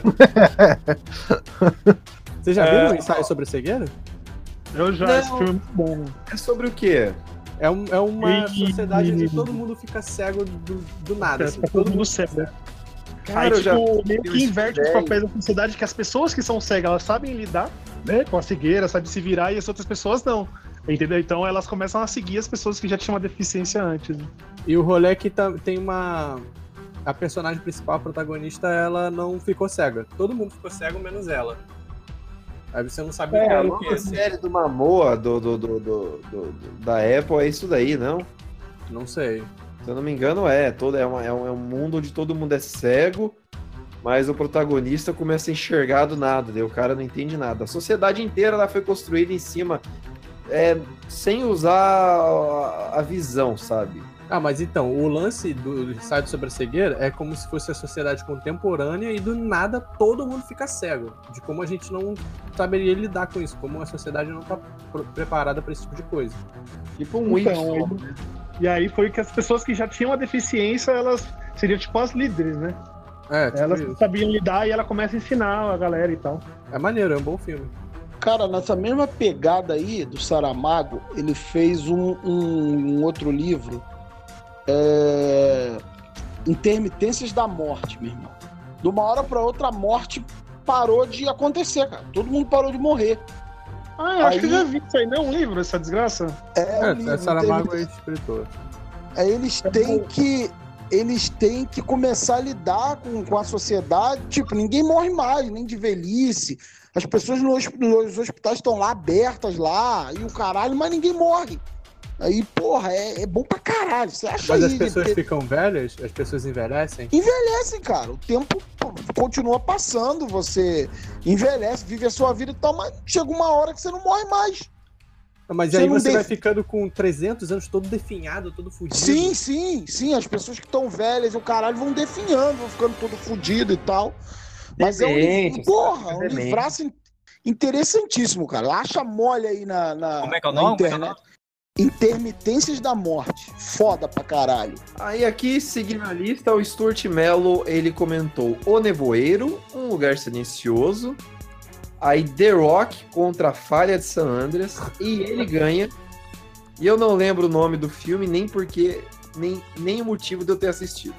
Você já viu o Ensaio sobre a cegueira? Eu já, esse filme é muito bom. É sobre o quê? É uma sociedade onde todo mundo fica cego do nada. Assim, todo mundo cego. Cara, Aí, tipo, meio que inverte os papéis da sociedade, que as pessoas que são cegas, elas sabem lidar, né, com a cegueira, sabem se virar, e as outras pessoas não. Entendeu? Então elas começam a seguir as pessoas que já tinham uma deficiência antes. Né? E o rolê é que tem uma... A personagem principal, a protagonista, ela não ficou cega. Todo mundo ficou cego, menos ela. Aí você não sabe o que é. A série do Momoa, da Apple, é isso daí, não? Não sei. Se eu não me engano, é um mundo onde todo mundo é cego, mas o protagonista começa a enxergar do nada, daí o cara não entende nada. A sociedade inteira ela foi construída em cima, sem usar a visão, sabe? Ah, mas então, o lance do site sobre a cegueira é como se fosse a sociedade contemporânea e do nada todo mundo fica cego. De como a gente não saberia lidar com isso, como a sociedade não tá preparada para esse tipo de coisa. Tipo um então, e aí foi que as pessoas que já tinham a deficiência, elas seriam tipo as líderes, né? Tipo elas isso. sabiam lidar e ela começa a ensinar a galera e tal. É maneiro, é um bom filme. Cara, nessa mesma pegada aí do Saramago, ele fez um outro livro, Intermitências da Morte, meu irmão. De uma hora pra outra, a morte parou de acontecer, cara. Todo mundo parou de morrer. Ah, eu acho que eu já vi isso aí, não é um livro, essa desgraça? Um livro, Saramago é escritor. Eles têm que começar a lidar com a sociedade. Tipo, ninguém morre mais, nem de velhice. As pessoas nos hospitais estão lá abertas lá, e o caralho, mas ninguém morre. Aí, porra, é bom pra caralho. Você acha Mas aí, as pessoas ficam velhas? As pessoas envelhecem? Envelhecem, cara. O tempo continua passando, você envelhece, vive a sua vida e tal, mas chega uma hora que você não morre mais. Mas aí você vai ficando com 300 anos todo definhado, todo fudido. Sim. As pessoas que estão velhas, o caralho, vão definhando, vão ficando todo fudido e tal. Mas é um livraço interessantíssimo, cara. Acha mole aí Como é que é o nome? Internet. Intermitências da Morte. Foda pra caralho. Aí aqui, seguindo a lista, o Stuart Mello, ele comentou O Nevoeiro, Um Lugar Silencioso, aí The Rock contra a Falha de San Andreas, e ele ganha. E eu não lembro o nome do filme, nem o motivo de eu ter assistido.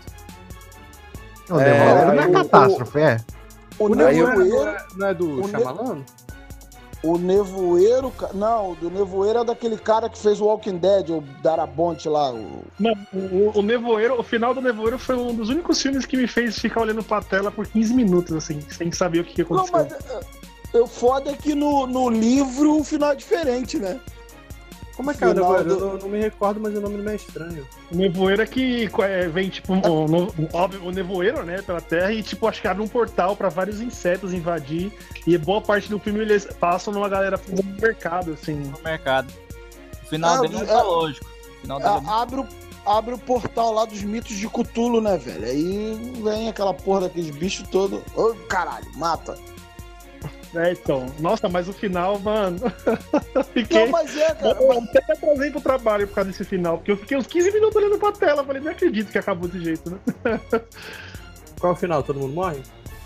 O Nevoeiro não é catástrofe, O Nevoeiro não é do Shyamalan? O Nevoeiro... Não, do Nevoeiro é daquele cara que fez o Walking Dead, o Darabonte lá. Não, o Nevoeiro, o final do Nevoeiro foi um dos únicos filmes que me fez ficar olhando pra tela por 15 minutos, assim, sem saber o que aconteceu. Não, mas o foda é que no livro o final é diferente, né? Como é que é o Nevoeiro? Eu não me recordo, mas o nome não é estranho. O Nevoeiro é que vem, tipo, o Nevoeiro, né, pela Terra, e, tipo, acho que abre um portal pra vários insetos invadir, e boa parte do filme eles passam numa galera no mercado, assim. No mercado. O final dele é lógico. Abre o portal lá dos mitos de Cthulhu, né, velho? Aí vem aquela porra daqueles bichos todos. Ô, caralho, mata. Então. Nossa, mas o final, mano. Fiquei... Não, mas cara. Eu até me atrasei pro trabalho por causa desse final, porque eu fiquei uns 15 minutos olhando pra tela. Falei, não acredito que acabou desse jeito, né? Qual é o final? Todo mundo morre?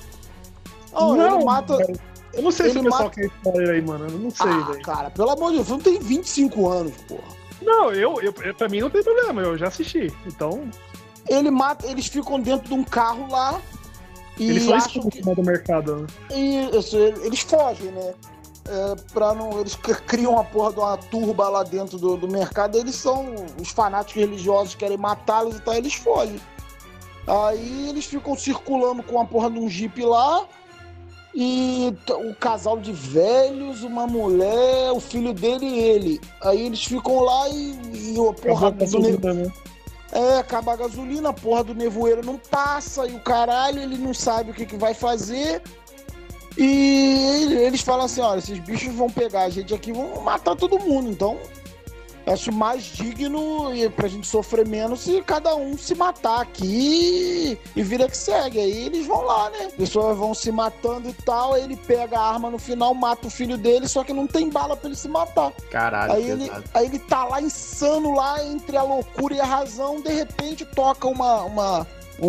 Não, ele mata. Cara, eu não sei se o pessoal quer spoiler aí, mano. Eu não sei, velho. Cara, pelo amor de Deus, o filme tem 25 anos, porra. Não, pra mim não tem problema, eu já assisti. Então. Ele mata, eles ficam dentro de um carro lá. E eles só acham que do mercado, né? Isso, eles fogem, né? Eles criam a porra de uma turba lá dentro do mercado. Eles são os fanáticos religiosos, querem matá-los e tal, eles fogem. Aí eles ficam circulando com a porra de um jipe lá. E um casal de velhos, uma mulher, o filho dele e ele. Aí eles ficam lá e a porra do nevoeiro. Acaba a gasolina, a porra do nevoeiro não passa, e o caralho, ele não sabe o que vai fazer. E eles falam assim, olha, esses bichos vão pegar a gente aqui e vão matar todo mundo. Então, acho mais digno pra gente sofrer menos se cada um se matar aqui e vira que segue. Aí eles vão lá, né? As pessoas vão se matando e tal, aí ele pega a arma no final, mata o filho dele, só que não tem bala pra ele se matar. Caralho, aí ele tá lá insano lá entre a loucura e a razão, de repente toca uma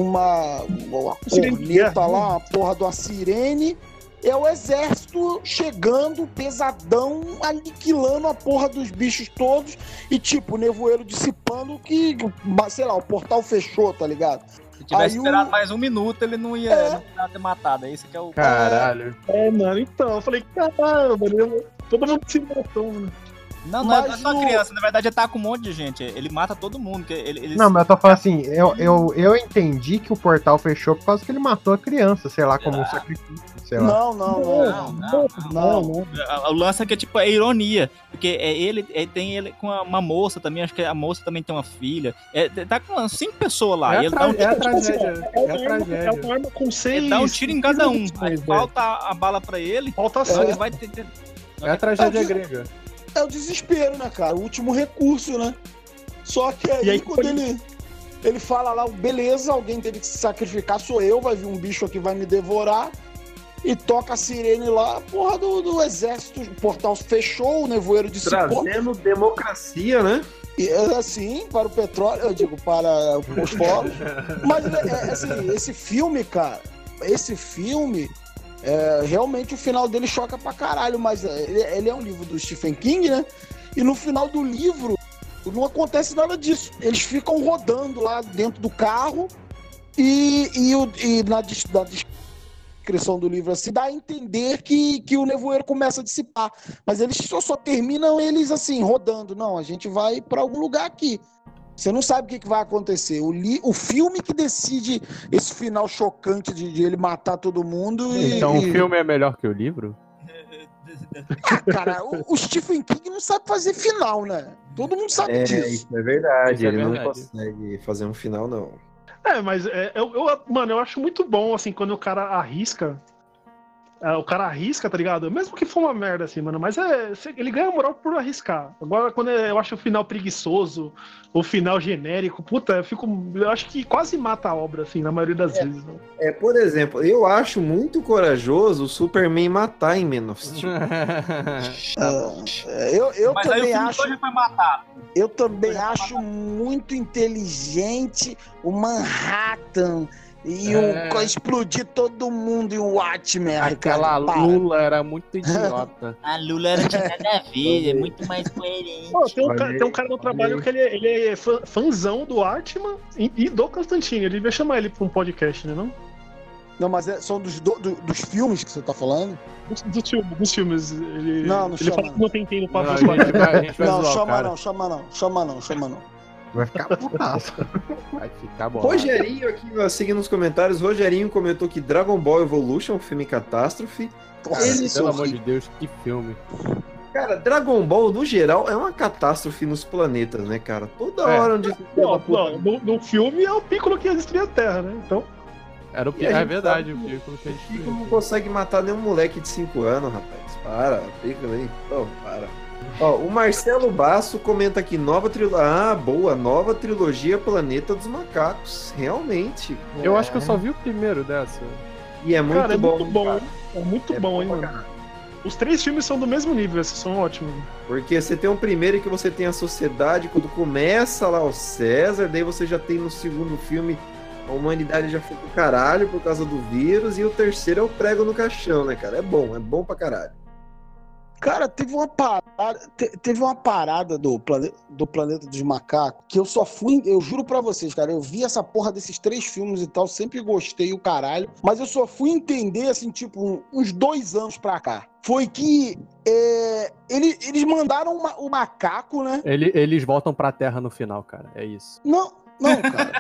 corneta lá, uma porra de uma sirene. É o exército chegando, pesadão, aniquilando a porra dos bichos todos. E tipo, o nevoeiro dissipando que, sei lá, o portal fechou, tá ligado? tivesse Aí esperado mais um minuto, ele não ia ter matado. É isso que é o. Caralho. Mano, então, eu falei, caralho, mano, todo mundo se matou, mano. Não é só criança, na verdade ele tá com um monte de gente. Ele mata todo mundo. Não, mas eu tô falando assim, eu entendi que o portal fechou por causa que ele matou a criança, sei lá, como um sacrifício, sei lá. Não. O lance é que tipo, é ironia. Porque ele tem ele com uma moça também, acho que a moça também tem uma filha. Tá com 5 pessoas lá. É a tragédia. É uma arma com 6. Ele dá um tiro em cada um. Aí falta a bala pra ele. Falta sangue. Vai ter. É a tragédia grega. É o desespero, né, cara? O último recurso, né? Só que aí quando ele fala lá, beleza, alguém teve que se sacrificar, sou eu, vai vir um bicho aqui, vai me devorar. E toca a sirene lá, porra do exército, o portal fechou, o nevoeiro dissipou. Trazendo democracia, né? E, assim, para o petróleo, eu digo, para os povos. Mas, assim, esse filme, cara, realmente o final dele choca pra caralho, mas ele é um livro do Stephen King, né? E no final do livro não acontece nada disso. Eles ficam rodando lá dentro do carro e na descrição do livro assim, dá a entender que o nevoeiro começa a dissipar. Mas eles só terminam eles assim, rodando. Não, a gente vai pra algum lugar aqui. Você não sabe o que vai acontecer. O filme que decide esse final chocante de ele matar todo mundo. Então o filme é melhor que o livro? Cara, o Stephen King não sabe fazer final, né? Todo mundo sabe disso. Isso é verdade. Isso é ele verdade. não consegue fazer um final, não. Mas mano, eu acho muito bom, assim, quando o cara arrisca. O cara arrisca, tá ligado? Mesmo que for uma merda, assim, mano. Mas ele ganha moral por arriscar. Agora, quando eu acho o final preguiçoso, o final genérico, puta, eu acho que quase mata a obra, assim, na maioria das vezes. Né? Por exemplo, eu acho muito corajoso o Superman matar em Man of Steel. Mas também aí o acho. filme foi matado. Eu também acho muito inteligente o Manhattan. E explodir todo mundo e o Watchmen. Aquela Lula era muito idiota. A Lula não tinha nada a ver, é muito mais coerente. Pô, tem um cara no trabalho que ele é fãzão do Artman e do Constantine. Ele devia chamar ele pra um podcast, né? Não, mas são dos filmes que você tá falando? Dos filmes. Ele não chama. Fala que não tem no papo. Não, chama não. Vai ficar putaço. Vai ficar bom. Rogerinho aqui, seguindo nos comentários, Rogerinho comentou que Dragon Ball Evolution, um filme catástrofe. Pelo amor de Deus, que filme. Cara, Dragon Ball, no geral, é uma catástrofe nos planetas, né, cara? Toda hora onde... No filme é o Piccolo que ia destruir a Terra, né? Então... É verdade, o Piccolo que ia destruir. O Piccolo não consegue matar nenhum moleque de 5 anos, rapaz. Para, Piccolo aí. Então, para. O Marcelo Basso comenta aqui, nova trilogia Planeta dos Macacos. Realmente. Eu acho que eu só vi o primeiro dessa. E é muito cara, bom. Muito bom. É muito bom, hein, mano. Os 3 filmes são do mesmo nível, esses são ótimos. Porque você tem um primeiro que você tem a sociedade, quando começa lá o César, daí você já tem no segundo filme a humanidade já foi pro caralho por causa do vírus, e o terceiro é o prego no caixão, né, cara? É bom pra caralho. Cara, teve uma parada do Planeta dos Macacos que eu juro pra vocês, cara, eu vi essa porra desses 3 filmes e tal, sempre gostei o caralho, mas eu só fui entender, assim, tipo, uns 2 anos pra cá. Foi que eles mandaram o macaco, né? Eles voltam pra Terra no final, cara, é isso. Não, cara.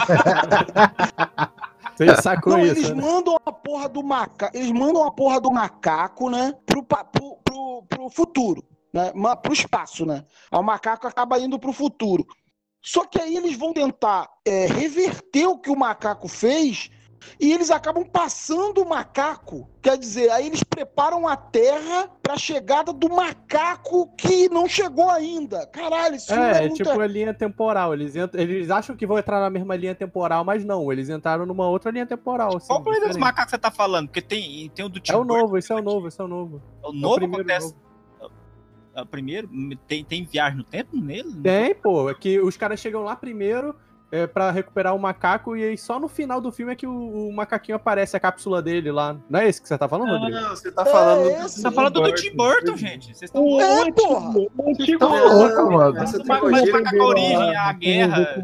Você sacou isso, eles mandam a porra do macaco. Eles mandam a porra do macaco, né? Pro futuro, né? Pro espaço, né? O macaco acaba indo pro futuro. Só que aí eles vão tentar reverter o que o macaco fez e eles acabam passando o macaco. Quer dizer, aí eles preparam a Terra pra chegada do macaco que não chegou ainda. Caralho, isso é muito... tipo a linha temporal. Eles acham que vão entrar na mesma linha temporal, mas não. Eles entraram numa outra linha temporal. Assim, qual o planeta dos macacos você tá falando? Porque tem o do Tim Burton. Esse é o novo. O novo acontece... O primeiro? Tem viagem no tempo nele? Tem, pô. É que os caras chegam lá primeiro... pra recuperar o macaco, e aí só no final do filme é que o macaquinho aparece, a cápsula dele lá. Não é esse que você tá falando, Rodrigo? Não, você tá falando... Você tá falando do Tim Burton, gente. Vocês estão... porra! O antigo... Tá louco, mano. Mas macaco origem, a guerra...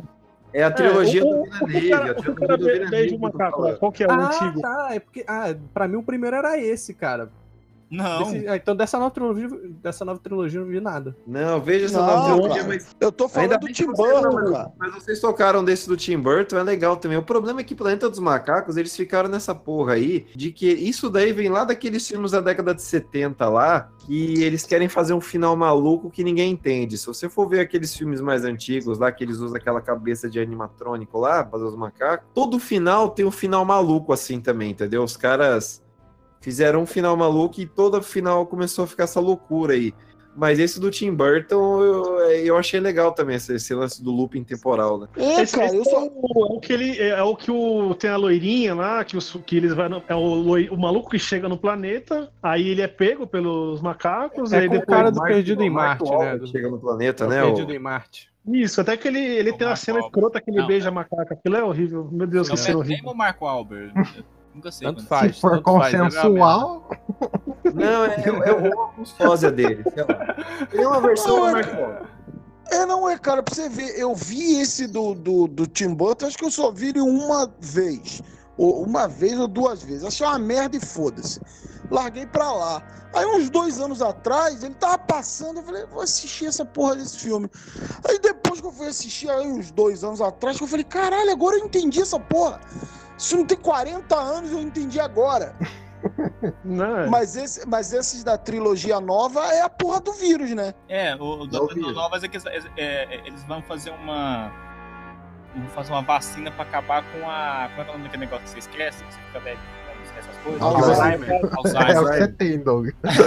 É a trilogia do o Villeneuve. cara A trilogia do beijo Villeneuve. o macaco, qual que é o antigo? Tá, é porque. Pra mim o primeiro era esse, cara. Não. Então dessa nova trilogia eu não vi nada. Não, veja essa Não, nova trilogia, cara. mas Eu tô ainda falando do bem que Tim vocês Burton, não- cara. Mas vocês tocaram desse do Tim Burton, é legal também. O problema é que Planeta dos Macacos, eles ficaram nessa porra aí, de que isso daí vem lá daqueles filmes da década de 70 lá, que eles querem fazer um final maluco que ninguém entende. Se você for ver aqueles filmes mais antigos lá, que eles usam aquela cabeça de animatrônico lá, fazer os macacos, todo final tem um final maluco assim também, entendeu? Os caras fizeram um final maluco e todo final começou a ficar essa loucura aí. Mas esse do Tim Burton eu achei legal também, esse lance do looping temporal, né? Esse é o que tem a loirinha lá, que eles vão. É o maluco que chega no planeta, aí ele é pego pelos macacos, É aí com o depois cara do Perdido em Marte, né? Chega no planeta, O né? Perdido em Marte. Isso, até que ele tem uma cena escrota que ele beija a macaca. Aquilo é horrível. Meu Deus, que cena horrível. Tem o Marco Albert. Nunca sei. Tanto quando- faz. Se for tanto faz, consensual, Não, é uma custósia dele, sei lá. Tem uma versão do Marco Polo. Cara, pra você ver, eu vi esse do Tim Burton, acho que eu só vi ele uma vez. Uma vez ou duas vezes. Achei uma merda e foda-se. Larguei pra lá. Aí uns 2 anos atrás, ele tava passando, eu falei, vou assistir essa porra desse filme. Aí depois que eu fui assistir, aí uns 2 anos atrás, eu falei, caralho, agora eu entendi essa porra. Isso não tem 40 anos, eu entendi agora. Não. Mas esses da trilogia nova é a porra do vírus, né? O da Novas é que eles vão fazer uma vacina pra acabar com a. Como é que é o nome daquele negócio que você esquece? Que você fica velho, não esquece as coisas? Alzheimer. É o que Alzheimer. você tem, Doug.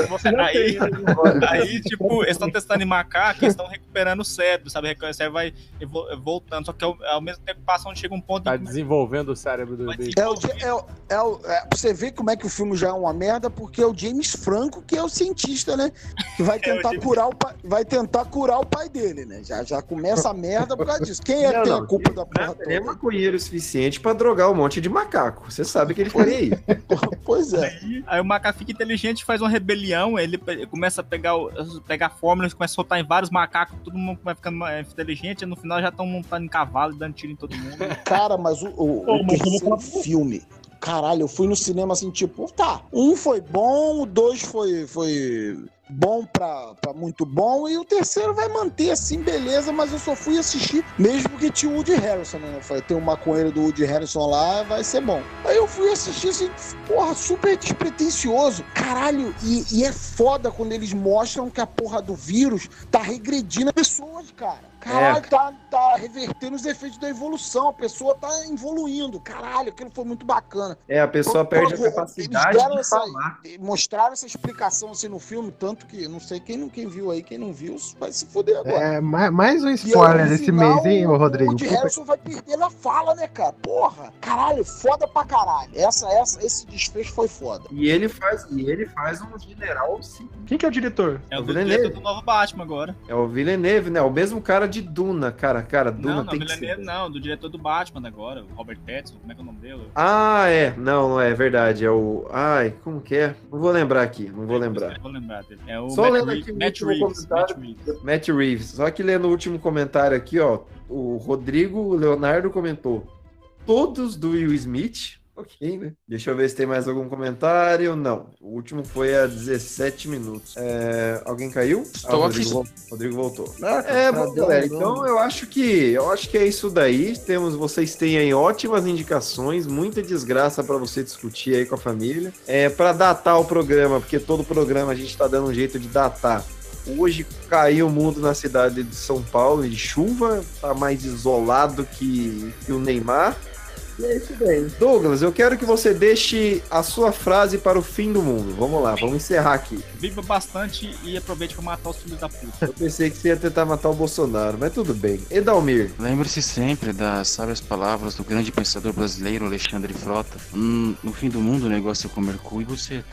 Aí, tipo, eles estão testando em macaco, eles estão recuperando o cérebro, sabe? O cérebro vai voltando, só que ao mesmo tempo passa onde chega um ponto... Tá desenvolvendo o cérebro do bicho. Pra você ver como é que o filme já é uma merda, porque é o James Franco que é o cientista, né? Que vai tentar curar o pai dele, né? Já começa a merda por causa disso. Quem é que tem a culpa da porra toda? Ele é maconheiro o suficiente pra drogar um monte de macaco. Você sabe que ele faria isso. Pois é. Aí o macaco fica inteligente, faz uma rebelião, ele começa a pegar fórmulas, começa a soltar em vários macacos, todo mundo vai ficando mais inteligente, e no final já estão montando em cavalo e dando tiro em todo mundo. Cara, mas o terceiro filme... Caralho, eu fui no cinema assim, tipo, tá, 1 foi bom, o 2 foi bom pra muito bom, e o terceiro vai manter assim, beleza, mas eu só fui assistir mesmo porque tinha o Woody Harrelson, né? Eu falei, tem um maconheiro do Woody Harrelson lá, vai ser bom. Aí eu fui assistir assim, porra, super despretensioso. Caralho, e é foda quando eles mostram que a porra do vírus tá regredindo as pessoas, cara. Caralho, tá revertendo os efeitos da evolução, a pessoa tá evoluindo. Caralho, aquilo foi muito bacana. A pessoa perde a capacidade de falar. Mostraram essa explicação assim no filme, tanto que não sei quem viu aí, quem não viu vai se fuder agora. É, mais um spoiler desse mês, hein, Rodrigo? O Woody Harrelson vai perder na fala, né, cara? Porra, caralho, foda pra caralho. Esse desfecho foi foda. E ele faz um general, sim. Quem que é o diretor? É o diretor do novo Batman agora. É o Villeneuve, né? O mesmo cara de Duna, cara, Duna tem que ser. Não, do diretor do Batman agora, o Robert Pattinson, como é que é o nome dele? Ah, é. Não é verdade. É o... Ai, como que é? Não vou lembrar aqui, não vou lembrar. Vou lembrar dele. É o Só lendo aqui Matt o último comentário. Matt Reeves. Só que lendo o último comentário aqui, ó, o Rodrigo Leonardo comentou: todos do Will Smith. Ok, né? Deixa eu ver se tem mais algum comentário. Não. O último foi há 17 minutos. Alguém caiu? Estou aqui. Rodrigo voltou. Bom, galera. Então eu acho que é isso daí. Vocês têm aí ótimas indicações, muita desgraça pra você discutir aí com a família. Pra datar o programa, porque todo programa a gente tá dando um jeito de datar. Hoje caiu o mundo na cidade de São Paulo de chuva, tá mais isolado que o Neymar. E é isso daí. Douglas, eu quero que você deixe a sua frase para o fim do mundo. Vamos lá, vamos encerrar aqui. Viva bastante e aproveite para matar os filhos da puta. Eu pensei que você ia tentar matar o Bolsonaro, mas tudo bem. Edalmir. Lembre-se sempre das sábias palavras do grande pensador brasileiro Alexandre Frota. No fim do mundo o negócio é comer cu e buceta.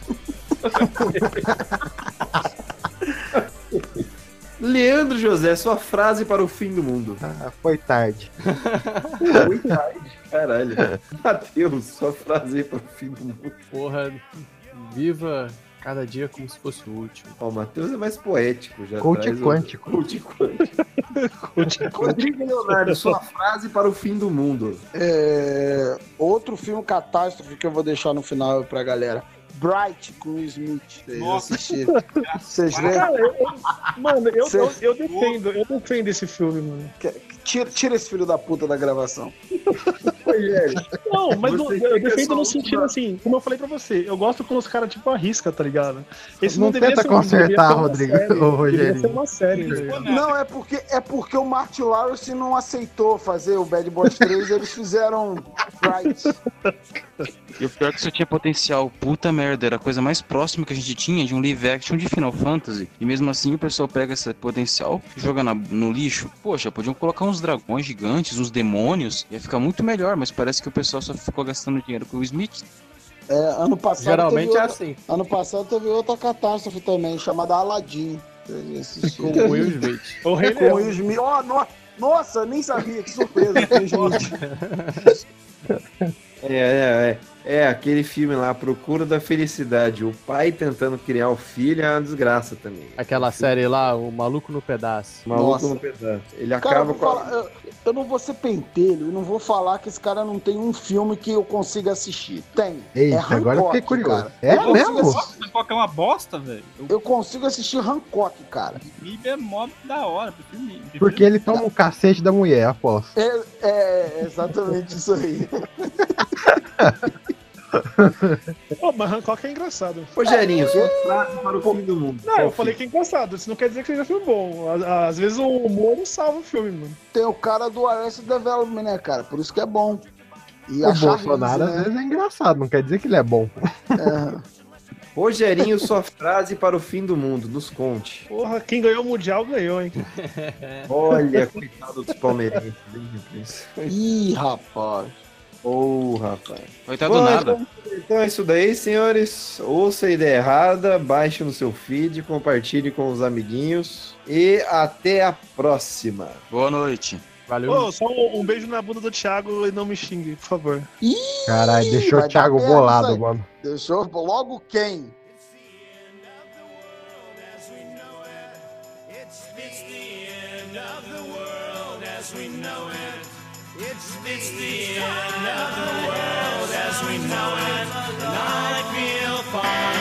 Leandro José, sua frase para o fim do mundo. Foi tarde. Foi tarde, caralho. Matheus, sua frase para o fim do mundo. Porra, viva cada dia como se fosse o último. Ó, o Matheus é mais poético. Já Coach quântico. Coach quântico. Rodrigo Leonardo, sua frase para o fim do mundo. Outro filme catástrofe que eu vou deixar no final pra galera. Bright com o Smith. Nossa. Vocês veem? Cara, eu defendo esse filme, mano. Tira esse filho da puta da gravação. Não, mas eu defendo no sentido assim, como eu falei pra você, eu gosto quando os caras tipo arriscam, tá ligado? Esse não deveria tenta ser consertar, Rodrigo. Deveria ser uma série. Não, é porque o Martin Lawrence não aceitou fazer o Bad Boys 3, eles fizeram Bright. E o pior é que isso tinha potencial. Puta merda, era a coisa mais próxima que a gente tinha de um live action de Final Fantasy. E mesmo assim o pessoal pega esse potencial e joga no lixo. Poxa, podiam colocar uns dragões gigantes, uns demônios. Ia ficar muito melhor, mas parece que o pessoal só ficou gastando dinheiro com o Smith. Ano passado geralmente é assim. Ano passado teve outra catástrofe também, chamada Aladdin. Com o Will Smith. Com o Will Smith. Nossa, nem sabia, que surpresa. É, aquele filme lá, Procura da Felicidade. O pai tentando criar o filho é uma desgraça também. Aquela série lá, O Maluco no Pedaço. Maluco no Pedaço. Ele Cara, acaba com eu não vou ser pentelho e não vou falar que esse cara não tem um filme que eu consiga assistir. Tem. Eita, Hancock, agora eu fiquei curioso. cara. É Eu mesmo? consigo Hancock é uma bosta, velho. Eu consigo assistir Hancock, cara. MIB é mó da hora. Porque ele toma o cacete da mulher, aposto. É exatamente isso aí. Mas Hancock é engraçado. Rogerinho, sua frase para o fim do mundo. Não, eu falei que é engraçado, isso não quer dizer que seja filme bom. Às vezes o humor não salva o filme, mano. Tem o cara do Arrested Development, né, cara? Por isso que é bom. E O Bolsonaro às vezes é engraçado, não quer dizer que ele é bom. Rogerinho, sua frase para o fim do mundo. Nos conte. Porra, quem ganhou o Mundial ganhou, hein? Olha, coitado dos palmeirenses. Ih, rapaz. Rapaz. Coitado nada. Então é isso daí, senhores. Ouça a ideia errada, baixe no seu feed, compartilhe com os amiguinhos. E até a próxima. Boa noite. Valeu. Só um beijo na bunda do Thiago e não me xingue, por favor. Caralho, deixou o Thiago bolado, mano. Deixou logo quem? It's the end of the world as we know it, and I feel fine.